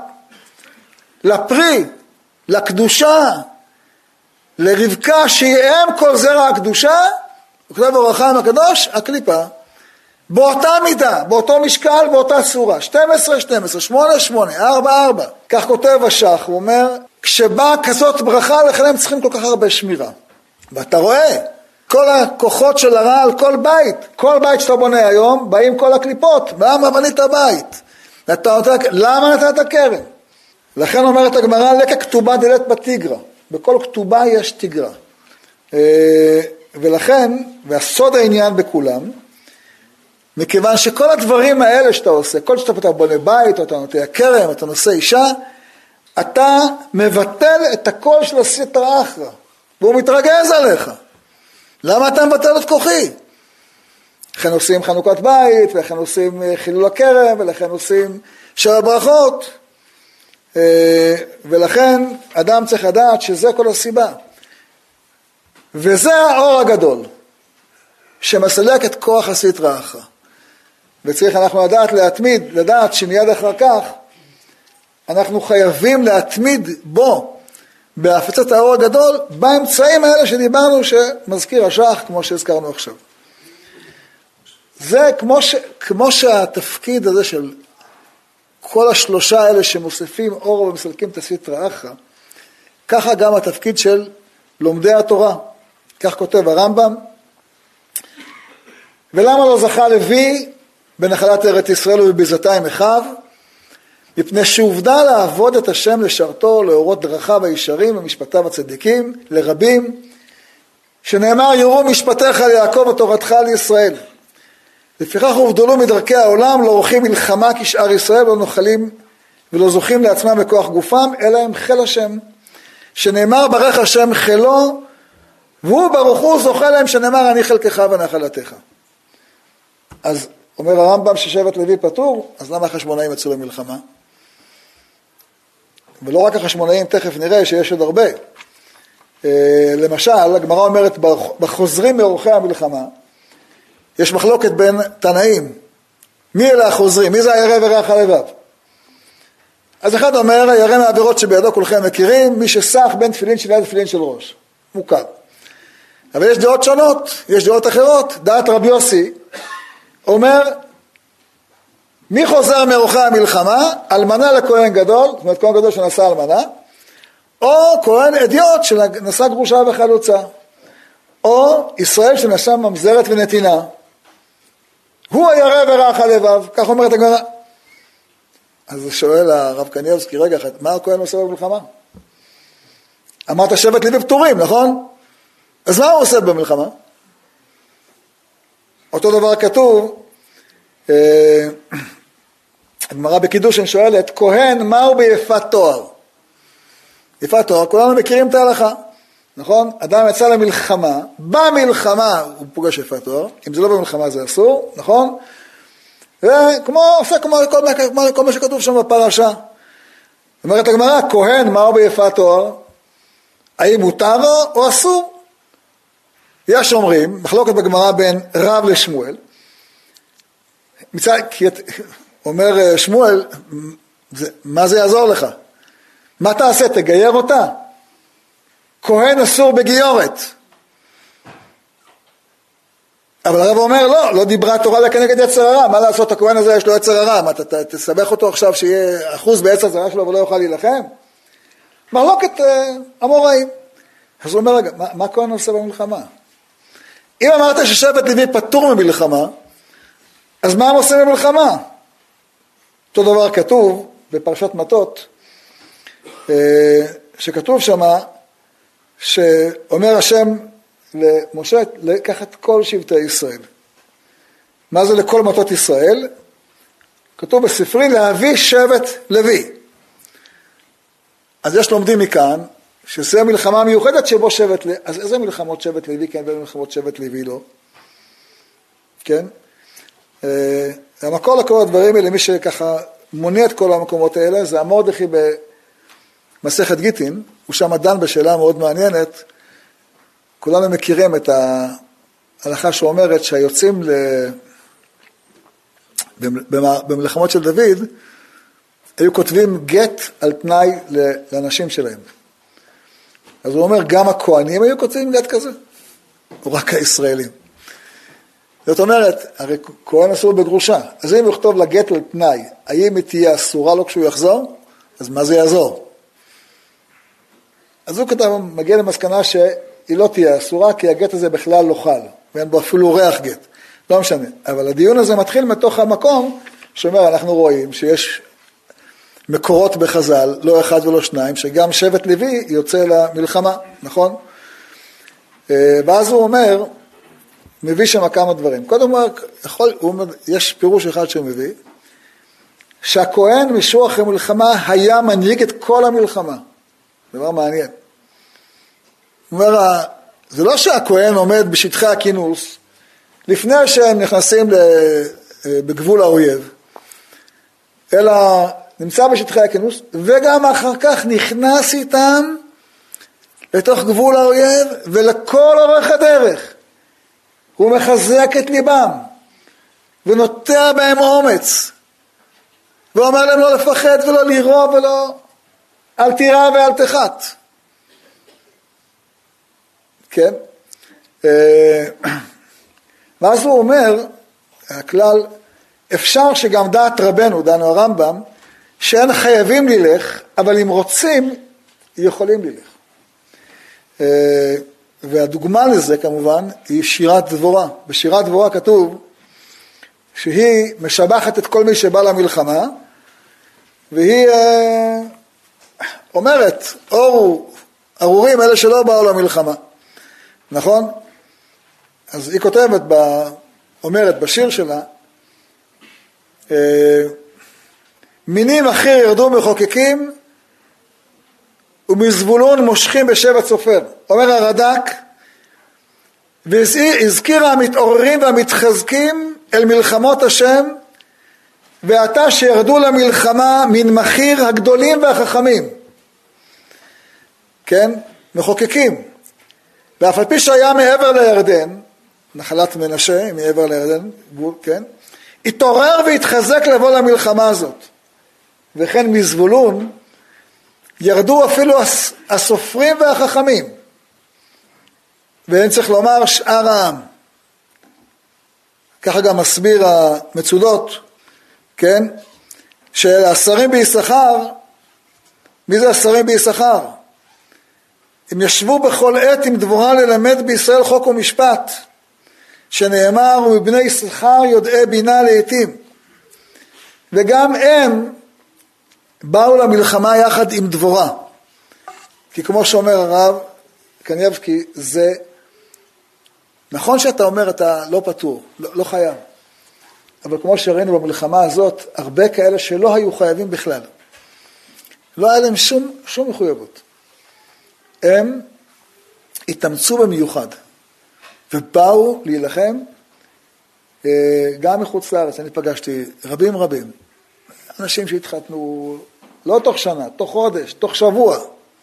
Speaker 1: לפרי, לקדושה, לרבקה שהיא אם כל זרע הקדושה, וכתב אור החיים הקדוש, הקליפה. באותה מידה, באותו משקל, באותה צורה. 12, 12, 8, 8, 4, 4. כך כותב השח, הוא אומר, כשבאה כזאת ברכה, לכן הם צריכים כל כך הרבה שמירה. ואתה רואה, כל הכוחות של הרע על כל בית שאתה בונה היום, באים כל הקליפות, למה בנית הבית? למה נתת קרן? לכן אומרת הגמרא, לקה כתובה דלת בתיגרא. בכל כתובה יש תיגרא. ולכן, והסוד העניין בכולם, מכיוון שכל הדברים האלה שאתה עושה, כל שאתה בונה בית, או אתה נוטע כרם, אתה נושא אישה, אתה מבטל את הקול של הסתרא אחרא, והוא מתרגז עליך. למה אתה מבטל את כוחי? לכן עושים חנוכת בית, ולכן עושים חילול הכרם, ולכן עושים שבע ברכות, ולכן אדם צריך לדעת שזה כל הסיבה. וזה האור הגדול, שמסלק את כוח הסתרא אחרא. וצריך אנחנו לדעת שמיד אחר כך, אנחנו חייבים להתמיד בו, בהפצת האור הגדול, באמצעים האלה שדיברנו שמזכיר השח, כמו שהזכרנו עכשיו. זה כמו שהתפקיד הזה של כל השלושה האלה שמוסיפים אור ומסלקים את הסתרא אחרא, ככה גם התפקיד של לומדי התורה. כך כותב הרמב"ם. ולמה לא זכה לוי בנחלת ארץ ישראל ובביזתה עם אחיו? מפני שעובדה לעבוד את השם לשרתו, להורות דרכיו הישרים ומשפטיו הצדיקים, לרבים, שנאמר יראו משפטיך ליעקב ותורתך לישראל. לפיכך הובדלו מדרכי העולם, לא עורכים מלחמה כשאר ישראל, ולא נוחלים ולא זוכים לעצמם בכוח גופם, אלא הם חיל השם. שנאמר ברך השם חילו, והוא ברוך הוא זוכה להם, שנאמר אני חלקך ונחלתך. אז אומר הרמב"ם ששבט לוי פטור, אז למה החשמונאים יצאו למלחמה? ולא רק החשמונאים, תכף נראה שיש עוד הרבה. למשל, הגמרא אומרת, בחוזרים מאורחי המלחמה, יש מחלוקת בין תנאים. מי אלה החוזרים? מי זה הירא ורך הלבב? אז אחד אומר, הירא מהעבירות שבידו כולכם מכירים, מי שסח בין תפילין של יד ותפילין של ראש. מוכר. אבל יש דעות שונות, יש דעות אחרות. דעת רבי יוסי אומר, מי חוזר מאורחי המלחמה? אלמנה לכהן גדול, זאת אומרת כהן גדול שנשא אלמנה, או כהן אדיוט שנשא גרושה וחלוצה, או ישראל שנשא ממזרת ונתינה. הוא הירא ורך הלבב, כך אומרת הגמרא. אז שואל הרב קניבסקי, רגע אחד, מה הכהן עושה במלחמה? אמרת שבט לוי פטורים, נכון? אז מה הוא עושה במלחמה? אותו דבר כתוב, הגמרא בקידושין שואלת, כהן מהו ביפת תואר? יפת תואר, כולנו מכירים את ההלכה, נכון? אדם יצא למלחמה, במלחמה הוא פוגש יפת תואר, אם זה לא במלחמה זה אסור, נכון? עושה כל מה שכתוב שם בפרשה. אומרת הגמרא, כהן מהו ביפת תואר? האם מותר לו או אסור? יש אומרים, מחלוקת בגמרא בין רב לשמואל, אומר שמואל, מה זה יעזור לך? מה תעשה? תגייר אותה? כהן אסור בגיורת. אבל הרב אומר, לא דיברה תורה לה כנגד יצר הרע, מה לעשות, הכהן הזה יש לו יצר הרע, מה אתה תסבך אותו עכשיו שיהיה אחוז ביצר הרע שלו ולא יוכל להילחם? מחלוקת אמוראים. אז הוא אומר, רגע, מה כהן עושה במלחמה? אם אמרת ששבט לוי פטור ממלחמה, אז מה הם עושים במלחמה? אותו דבר כתוב בפרשת מטות, שכתוב שמה, שאומר השם למשה, לקח את כל שבטי ישראל. מה זה לכל מטות ישראל? כתוב בספרי להביא שבט לוי. אז יש לומדים מכאן, שזה מלחמה מיוחדת שבו שבט לוי, אז איזה מלחמות שבט לוי כן ואיזה מלחמות שבט לוי לא? כן? המקור לכל הדברים האלה, מי שככה מונה את כל המקומות האלה, זה המרדכי במסכת גיטין, הוא שם דן בשאלה מאוד מעניינת, כולנו מכירים את ההלכה שאומרת שהיוצאים במלחמות של דוד, היו כותבים גט על תנאי לאנשים שלהם. אז הוא אומר, גם הכהנים היו כותבים גט כזה, או רק הישראלים. זאת אומרת, הרי כהן אסור בגרושה, אז אם הוא יכתוב לגט על תנאי, האם היא תהיה אסורה לו כשהוא יחזור? אז מה זה יעזור? אז הוא כתב, מגיע למסקנה שהיא לא תהיה אסורה, כי הגט הזה בכלל לא חל, ואין בו אפילו ריח גט. לא משנה. אבל הדיון הזה מתחיל מתוך המקום, שאומר, אנחנו רואים שיש מקורות בחז"ל, לא אחד ולא שניים, שגם שבט לוי יוצא למלחמה, נכון? ואז הוא אומר, מביא שם כמה דברים. קודם הוא אומר, יש פירוש אחד שהוא מביא, שהכהן משוח המלחמה היה מנהיג את כל המלחמה. דבר מעניין. הוא אומר, זה לא שהכהן עומד בשטחי הכינוס, לפני שהם נכנסים בגבול האויב, אלא נמצא בשטחי הכינוס, וגם אחר כך נכנס איתם לתוך גבול האויב, ולכל אורך הדרך. הוא מחזק את ליבם, ונוטע בהם אומץ, ואומר להם לא לפחד ולא לירוא ולא, אל תירא ואל תחת. כן? ואז הוא אומר, הכלל, אפשר שגם דעת רבנו, דנו הרמב"ם, שאין חייבים ללך, אבל אם רוצים, יכולים ללך. והדוגמה לזה כמובן היא שירת דבורה. בשירת דבורה כתוב שהיא משבחת את כל מי שבא למלחמה, והיא אומרת, אורו, ארורים אלה שלא באו למלחמה. נכון? אז היא כותבת, אומרת בשיר שלה, מינים אחר ירדו מחוקקים, ומזבולון מושכים בשבט סופר. אומר הרד"ק, והזכירה המתעוררים והמתחזקים אל מלחמות השם, ועתה שירדו למלחמה מן מחיר הגדולים והחכמים. כן? מחוקקים. ואף על פי שהיה מעבר לירדן, נחלת מנשה, מעבר לירדן, כן? התעורר והתחזק לבוא למלחמה הזאת. וכן מזבולון, ירדו אפילו הסופרים והחכמים, ואין צריך לומר שאר העם. ככה גם מסביר המצודות, כן? שהשרים ביששכר, מי זה השרים ביששכר? הם ישבו בכל עת עם דבורה ללמד בישראל חוק ומשפט, שנאמר, ובבני יששכר יודעי בינה לעתים. וגם הם באו למלחמה יחד עם דבורה. כי כמו שאומר הרב קניבסקי, זה נכון שאתה אומר אתה לא פטור, לא חייב. אבל כמו שראינו במלחמה הזאת, הרבה כאלה שלא היו חייבים בכלל. לא היה להם שום מחויבות. הם התאמצו במיוחד, ובאו להילחם גם מחוץ לארץ. אני פגשתי רבים, אנשים שהתחתנו לא תוך שנה, תוך חודש, תוך שבוע.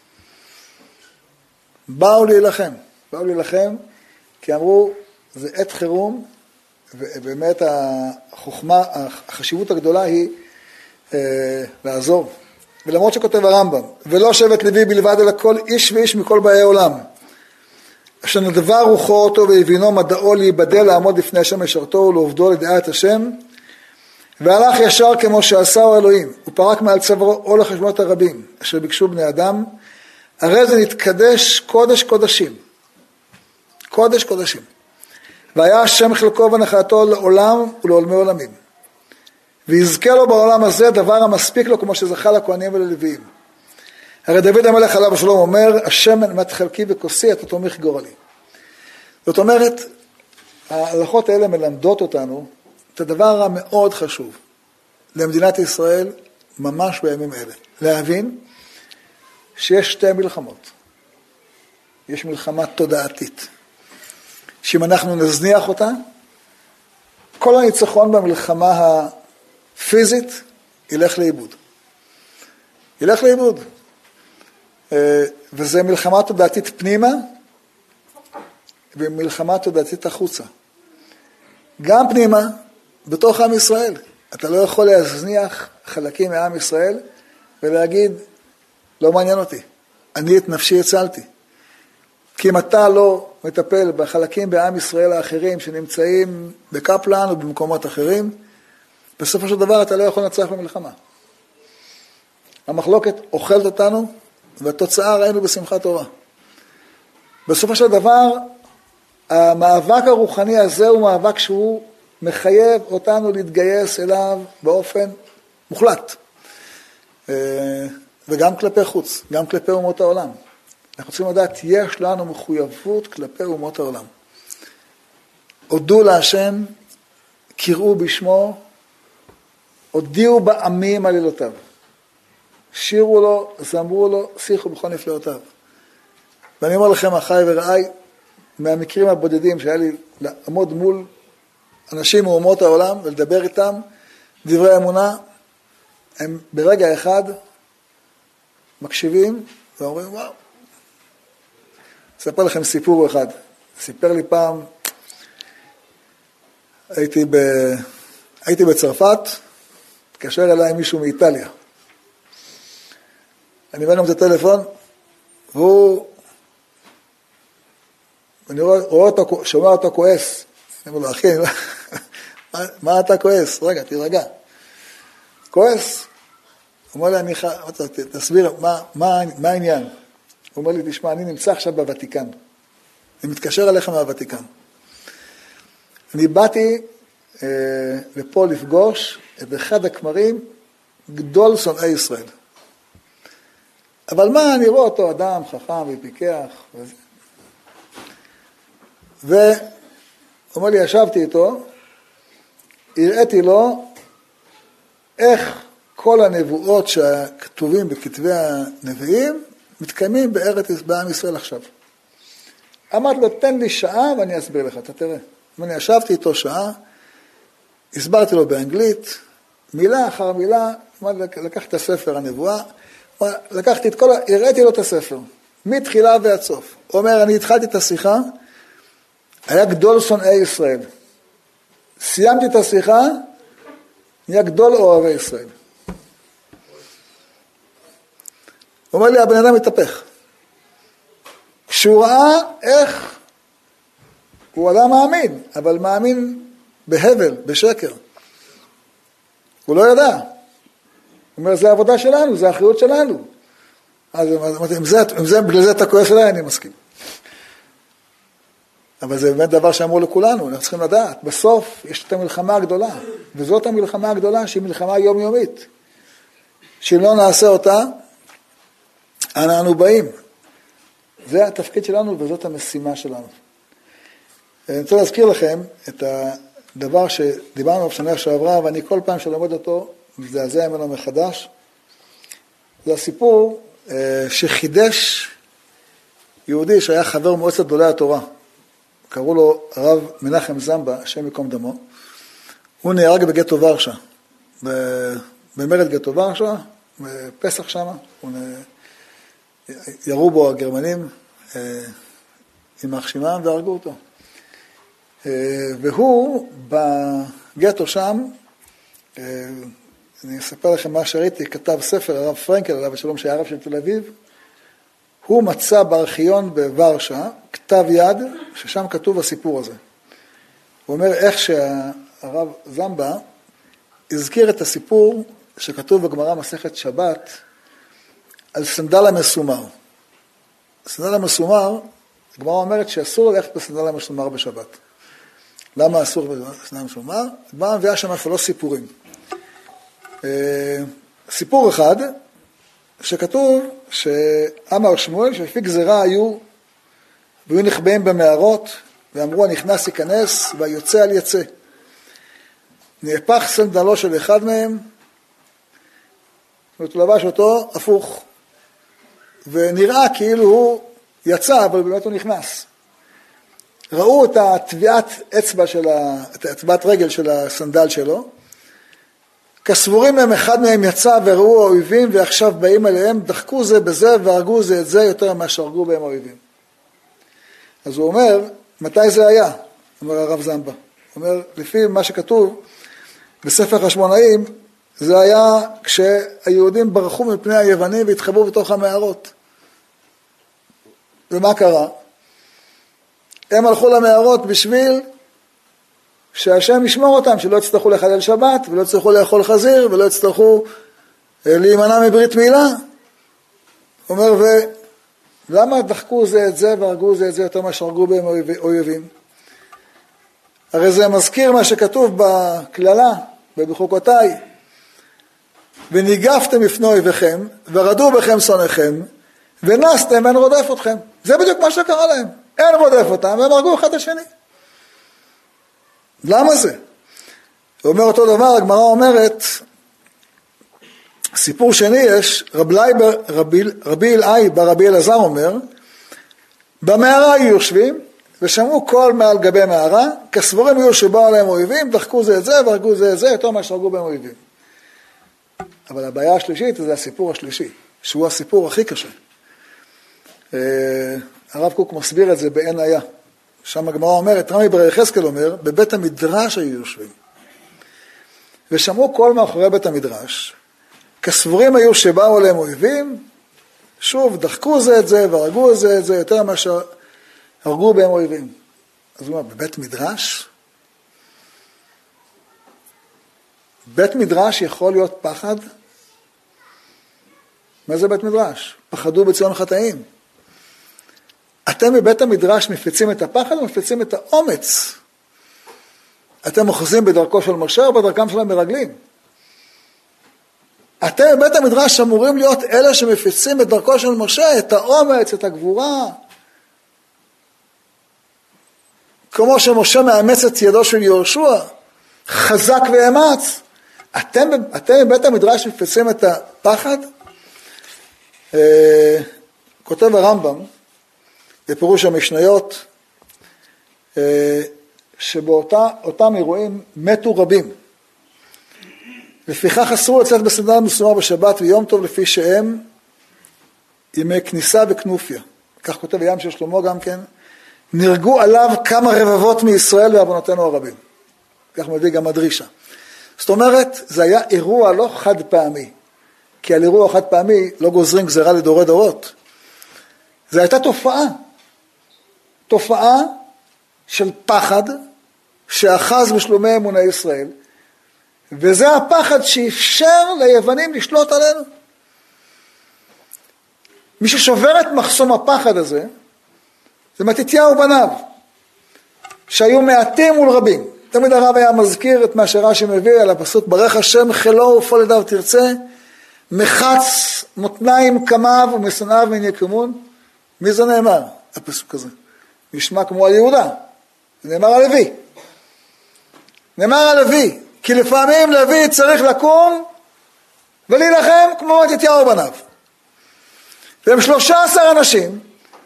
Speaker 1: באו להילחם, כי אמרו, זה עת חירום, ובאמת החשיבות הגדולה היא לעזור. ולמרות שכותב הרמב"ם, ולא שבט לוי בלבד, אלא כל איש ואיש מכל באי עולם, אשר נדבה רוחו אותו והבינו מדעו להיבדל לעמוד לפני השם משרתו ולעובדו לדעה את השם, והלך ישר כמו שעשהו אלוהים, ופרק מעל צווארו עול החשבונות הרבים, אשר ביקשו בני אדם, הרי זה נתקדש קודש קודשים. קודש קודשים. והיה השם חלקו ונחלתו לעולם ולעולמי עולמים. ויזכה לו בעולם הזה דבר המספיק לו כמו שזכה לכהנים וללוויים. הרי דוד המלך עליו השלום אומר, השמן מת חלקי וכוסי אתה תומך גורלי. זאת אומרת, ההלכות האלה מלמדות אותנו את הדבר המאוד חשוב למדינת ישראל ממש בימים אלה. להבין שיש שתי מלחמות. יש מלחמה תודעתית, שאם אנחנו נזניח אותה, כל הניצחון במלחמה הפיזית ילך לאיבוד. ילך לאיבוד. וזה מלחמה תודעתית פנימה, ומלחמה תודעתית החוצה. גם פנימה, בתוך עם ישראל. אתה לא יכול להזניח חלקים מעם ישראל, ולהגיד, לא מעניין אותי. אני את נפשי הצלתי. כי אם אתה לא מטפל בחלקים בעם ישראל האחרים, שנמצאים בקפלן או במקומות אחרים, בסופו של דבר אתה לא יכול לנצח במלחמה. המחלוקת אוכלת אותנו, והתוצאה ראינו בשמחת תורה. בסופו של דבר, המאבק הרוחני הזה הוא מאבק שהוא מחייב אותנו להתגייס אליו באופן מוחלט. וגם כלפי חוץ, גם כלפי אומות העולם. אנחנו צריכים לדעת, יש לנו מחויבות כלפי אומות העולם. הודו להשם, קראו בשמו, הודיעו בעמים עלילותיו. שירו לו, זמרו לו, שיחו בכל נפלאותיו. ואני אומר לכם, אחי ורעי, מהמקרים הבודדים שהיה לי לעמוד מול אנשים מאומות העולם ולדבר איתם דברי אמונה, הם ברגע אחד מקשיבים ואומרים, וואו. אספר לכם סיפור אחד. סיפר לי פעם, הייתי בצרפת, התקשר אליי מישהו מאיטליה. אני אומר גם את הטלפון, אני רואה אותו, שומע אותו כועס. אני אומר לו, אחי, מה אתה כועס? רגע, תירגע. כועס. הוא אומר לי, תסביר, מה העניין? הוא אומר לי, תשמע, אני נמצא עכשיו בוותיקן. אני מתקשר אליך מהוותיקן. אני באתי לפה לפגוש את אחד הכמרים, גדול שונאי ישראל. אבל מה, אני רואה אותו אדם חכם ופיקח וזה. והוא אומר לי, ישבתי איתו, הראיתי לו איך כל הנבואות שכתובים בכתבי הנביאים, מתקיימים בעם ישראל עכשיו. אמרתי לו, תן לי שעה ואני אסביר לך, אתה תראה. אני ישבתי איתו שעה, הסברתי לו באנגלית, מילה אחר מילה, לקחתי את הספר הנבואה, לקחתי את הראיתי לו את הספר, מתחילה ועד סוף. הוא אומר, אני התחלתי את השיחה, היה גדול שונאי ישראל. סיימתי את השיחה, נהיה גדול אוהבי ישראל. הוא אומר לי, הבן אדם מתהפך. כשהוא ראה איך, הוא אדם מאמין, אבל מאמין בהבל, בשקר. הוא לא ידע. הוא אומר, זה העבודה שלנו, זה האחריות שלנו. אז בגלל זה אתה כועס עליי, אני מסכים. אבל זה באמת דבר שאמרו לכולנו, אנחנו צריכים לדעת. בסוף יש את המלחמה הגדולה, וזאת המלחמה הגדולה שהיא מלחמה יומיומית. שאם לא נעשה אותה, אנחנו באים. זה התפקיד שלנו וזאת המשימה שלנו. אני רוצה להזכיר לכם את הדבר שדיברנו בשנה שעברה, ואני כל פעם שלומד אותו, מזדעזע ממנו מחדש. זה הסיפור שחידש יהודי שהיה חבר מועצת גדולי התורה. קראו לו הרב מנחם זמבה, השם יקום דמו. הוא נהרג בגטו ורשה, במרד גטו ורשה, בפסח שם, ירו בו הגרמנים עם מחשימם והרגו אותו. והוא בגטו שם, אני אספר לכם מה שראיתי, כתב ספר הרב פרנקל, עליו השלום שהיה הרב של תל אביב, הוא מצא בארכיון בוורשה כתב יד ששם כתוב הסיפור הזה. הוא אומר איך שהרב זמבה הזכיר את הסיפור שכתוב בגמרא מסכת שבת על סנדל המסומר. סנדל המסומר, הגמרא אומרת שאסור ללכת בסנדל המסומר בשבת. למה אסור בסנדל המסומר? הגמרא מביאה שם 3 סיפורים. סיפור אחד, שכתוב שאמר שמואל שלפי גזירה היו נחבאים במערות, ואמרו הנכנס ייכנס והיוצא על יצא. נהפך סנדלו של אחד מהם, הוא לבש אותו הפוך, ונראה כאילו הוא יצא, אבל באמת הוא נכנס. ראו את הטביעת אצבע את אצבעת רגל של הסנדל שלו, כסבורים מהם אחד מהם יצא וראו האויבים, ועכשיו באים אליהם, דחקו זה בזה והרגו זה את זה יותר ממה שהרגו בהם האויבים. אז הוא אומר, מתי זה היה? אומר הרב זמבה. הוא אומר, לפי מה שכתוב בספר חשמונאים, זה היה כשהיהודים ברחו מפני היוונים והתחבאו בתוך המערות. ומה קרה? הם הלכו למערות בשביל שהשם ישמור אותם, שלא יצטרכו לחלל שבת, ולא יצטרכו לאכול חזיר, ולא יצטרכו להימנע מברית מילה. הוא אומר, ולמה דחקו זה את זה והרגו זה את זה יותר מה שהרגו בהם אויבים? הרי זה מזכיר מה שכתוב בכללה, בחוקותיי, וניגפתם לפני אויביכם, ורדו בכם שונאיכם, ונסתם ואין רודף אתכם. זה בדיוק מה שקרה להם. אין רודף אותם, והם הרגו אחד השני. למה זה? הוא אומר אותו דבר, הגמרא אומרת, סיפור שני יש, רבי אלעאי ברבי אלעזר אומר, במערה היו יושבים, ושמעו קול מעל גבי מערה, כסבורים היו שבאו עליהם אויבים, דחקו זה את זה, והרגו זה את זה, יותר מה שהרגו בהם אויבים. אבל הבעיה השלישית זה הסיפור השלישי, שהוא הסיפור הכי קשה. הרב קוק מסביר את זה בעין היה. שם הגמרא אומרת, רמי בר יחזקאל אומר, בבית המדרש היו יושבים. ושמעו קול מאחורי בית המדרש, כסבורים היו שבאו עליהם אויבים, שוב, דחקו זה את זה, והרגו זה את זה, יותר מה שהרגו בהם אויבים. אז הוא אומר, בבית מדרש? בית מדרש יכול להיות פחד? מה זה בית מדרש? פחדו בציון חטאים. אתם בבית המדרש מפיצים את הפחד או מפיצים את האומץ? אתם אוחזים בדרכו של משה או בדרכם של המרגלים? אתם בבית המדרש אמורים להיות אלה שמפיצים את דרכו של משה, את האומץ, את הגבורה. כמו שמשה מאמץ את ידו של יהושע, חזק ואמץ. אתם בבית המדרש מפיצים את הפחד? כותב הרמב"ם, בפירוש המשניות, שבאותם אירועים מתו רבים. לפיכך אסרו לצאת בסנדל מסומר בשבת ויום טוב לפי שהם ימי כניסה וכנופיה. כך כותב ים של שלמה גם כן. נרגו עליו כמה רבבות מישראל ועוונותינו הרבים. כך מביא גם הדרישה. זאת אומרת, זה היה אירוע לא חד פעמי. כי על אירוע חד פעמי לא גוזרים גזרה לדורי דורות. זה הייתה תופעה של פחד שאחז בשלומי אמוני ישראל, וזה הפחד שאפשר ליוונים לשלוט עלינו. מי ששובר את מחסום הפחד הזה, זה מתתיהו ובניו, שהיו מעטים מול רבים. תמיד הרב היה מזכיר את מה שרש"י מביא על הפסוק, ברך השם חילו ופול ידיו תרצה, מחץ מותניים קמיו ומשנאיו מן יקומון. מי זה נאמר? הפסוק הזה. נשמע כמו על יהודה. זה נאמר על לוי. נאמר על לוי. כי לפעמים לוי צריך לקום ולהילחם כמו מתתיהו ובניו. והם 13 אנשים,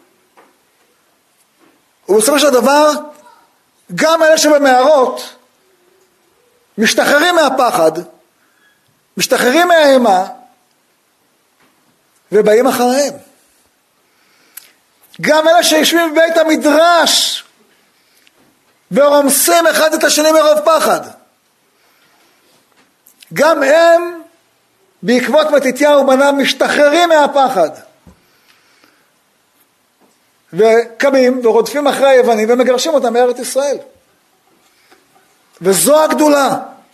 Speaker 1: ובסופו של דבר, גם אלה שבמערות משתחררים מהפחד, משתחררים מהאימה, ובאים אחריהם. גם אלה שיושבים בבית המדרש, ורומסים אחד את השני מרוב פחד. גם הם, בעקבות מתתיהו ובניו, משתחררים מהפחד. וקמים ורודפים אחרי היוונים ומגרשים אותם מארץ ישראל. וזו הגדולה.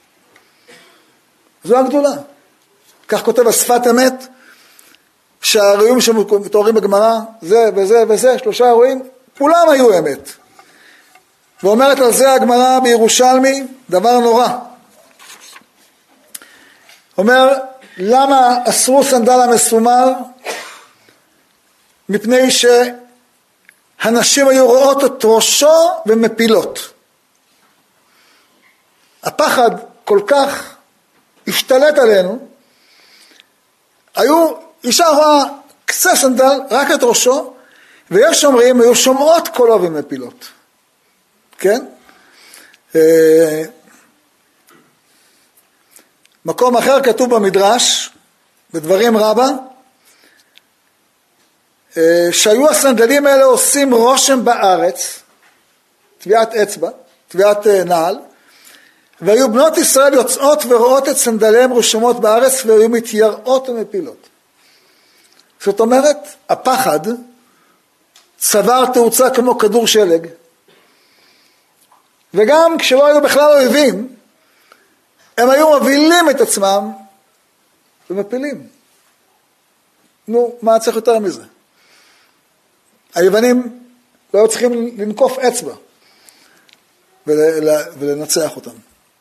Speaker 1: זו הגדולה. כך כותב השפת אמת, שהאירועים שמתוארים בגמרא, זה וזה וזה, 3 אירועים, כולם היו אמת. ואומרת על זה הגמרא בירושלמי, דבר נורא. אומר, למה אסרו סנדל המסומר? מפני שהנשים היו רואות את ראשו ומפילות. הפחד כל כך השתלט עלינו, אישה רואה קצה סנדל, רק את ראשו, ויש שומרים, היו שומעות קולו ומפילות. כן? מקום אחר כתוב במדרש, בדברים רבה, שהיו הסנדלים האלה עושים רושם בארץ, טביעת אצבע, טביעת נעל, והיו בנות ישראל יוצאות ורואות את סנדליהם רשומות בארץ, והיו מתייראות ומפילות. זאת אומרת, הפחד צבר תאוצה כמו כדור שלג, וגם כשלא היו בכלל אויבים, הם היו מובילים את עצמם ומפילים. נו, מה צריך יותר מזה? היוונים לא היו צריכים לנקוף אצבע ולנצח אותם.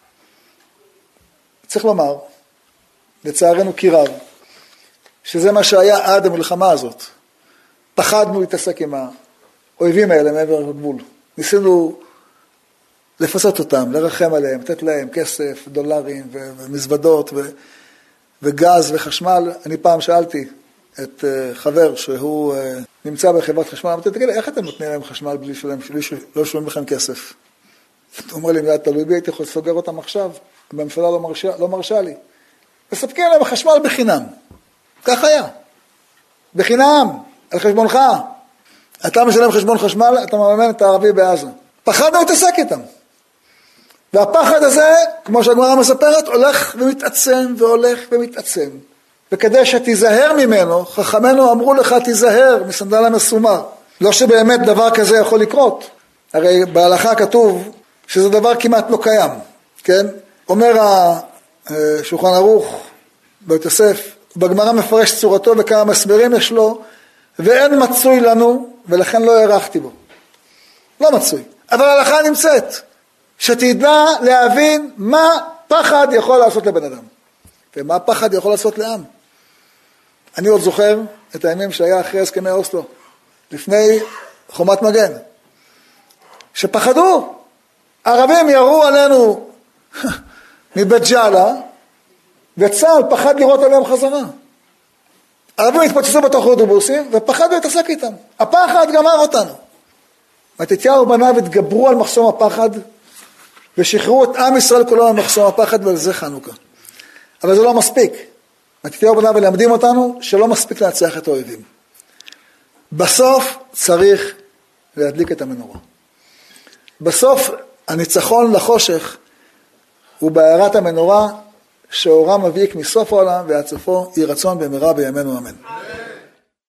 Speaker 1: צריך לומר, לצערנו כי רב, שזה מה שהיה עד המלחמה הזאת. פחדנו להתעסק עם האויבים האלה מעבר לגבול. ניסינו לפצות אותם, לרחם עליהם, לתת להם כסף, דולרים ומזוודות וגז וחשמל. אני פעם שאלתי את חבר שהוא נמצא בחברת חשמל, אמרתי, תגיד לי, איך אתם נותנים להם חשמל בלי לא שומעים לכם כסף? הוא אומר לי, מיד תלוי בי, הייתי יכול לסוגר אותם עכשיו, הממשלה לא מרשה לי. מספקים להם חשמל בחינם. כך היה. בחינם, על חשבונך. אתה משלם חשבון חשמל, אתה מממן את הערבי בעזה. פחדנו להתעסק איתם. והפחד הזה, כמו שהגמרא מספרת, הולך ומתעצם והולך ומתעצם. וכדי שתיזהר ממנו, חכמינו אמרו לך תיזהר מסנדל המסומר. לא שבאמת דבר כזה יכול לקרות. הרי בהלכה כתוב שזה דבר כמעט לא קיים. כן? אומר השולחן ערוך בית יוסף, בגמרא מפרש צורתו וכמה מסברים יש לו, ואין מצוי לנו, ולכן לא הערכתי בו. לא מצוי. אבל ההלכה נמצאת. שתדע להבין מה פחד יכול לעשות לבן אדם. ומה פחד יכול לעשות לעם. אני עוד זוכר את הימים שהיה אחרי הסכמי אוסלו, לפני חומת מגן, שפחדו. ערבים ירו עלינו מבית ג'אלה, וצה"ל פחד לראות עליהם חזרה. ערבים התפוצצו בתוך אוטובוסים, ופחד להתעסק איתם. הפחד גמר אותנו. מתתיהו ובניו התגברו על מחסום הפחד, ושחררו את עם ישראל כולו על מחסום הפחד, ולזה חנוכה. אבל זה לא מספיק. מתתיהו ובניו מלמדים אותנו שלא מספיק להצליח את האויבים. בסוף צריך להדליק את המנורה. בסוף הניצחון לחושך הוא בהארת המנורה, שאורה מבהיק מסוף העולם, ועד סופו יהי רצון במהרה בימינו אמן.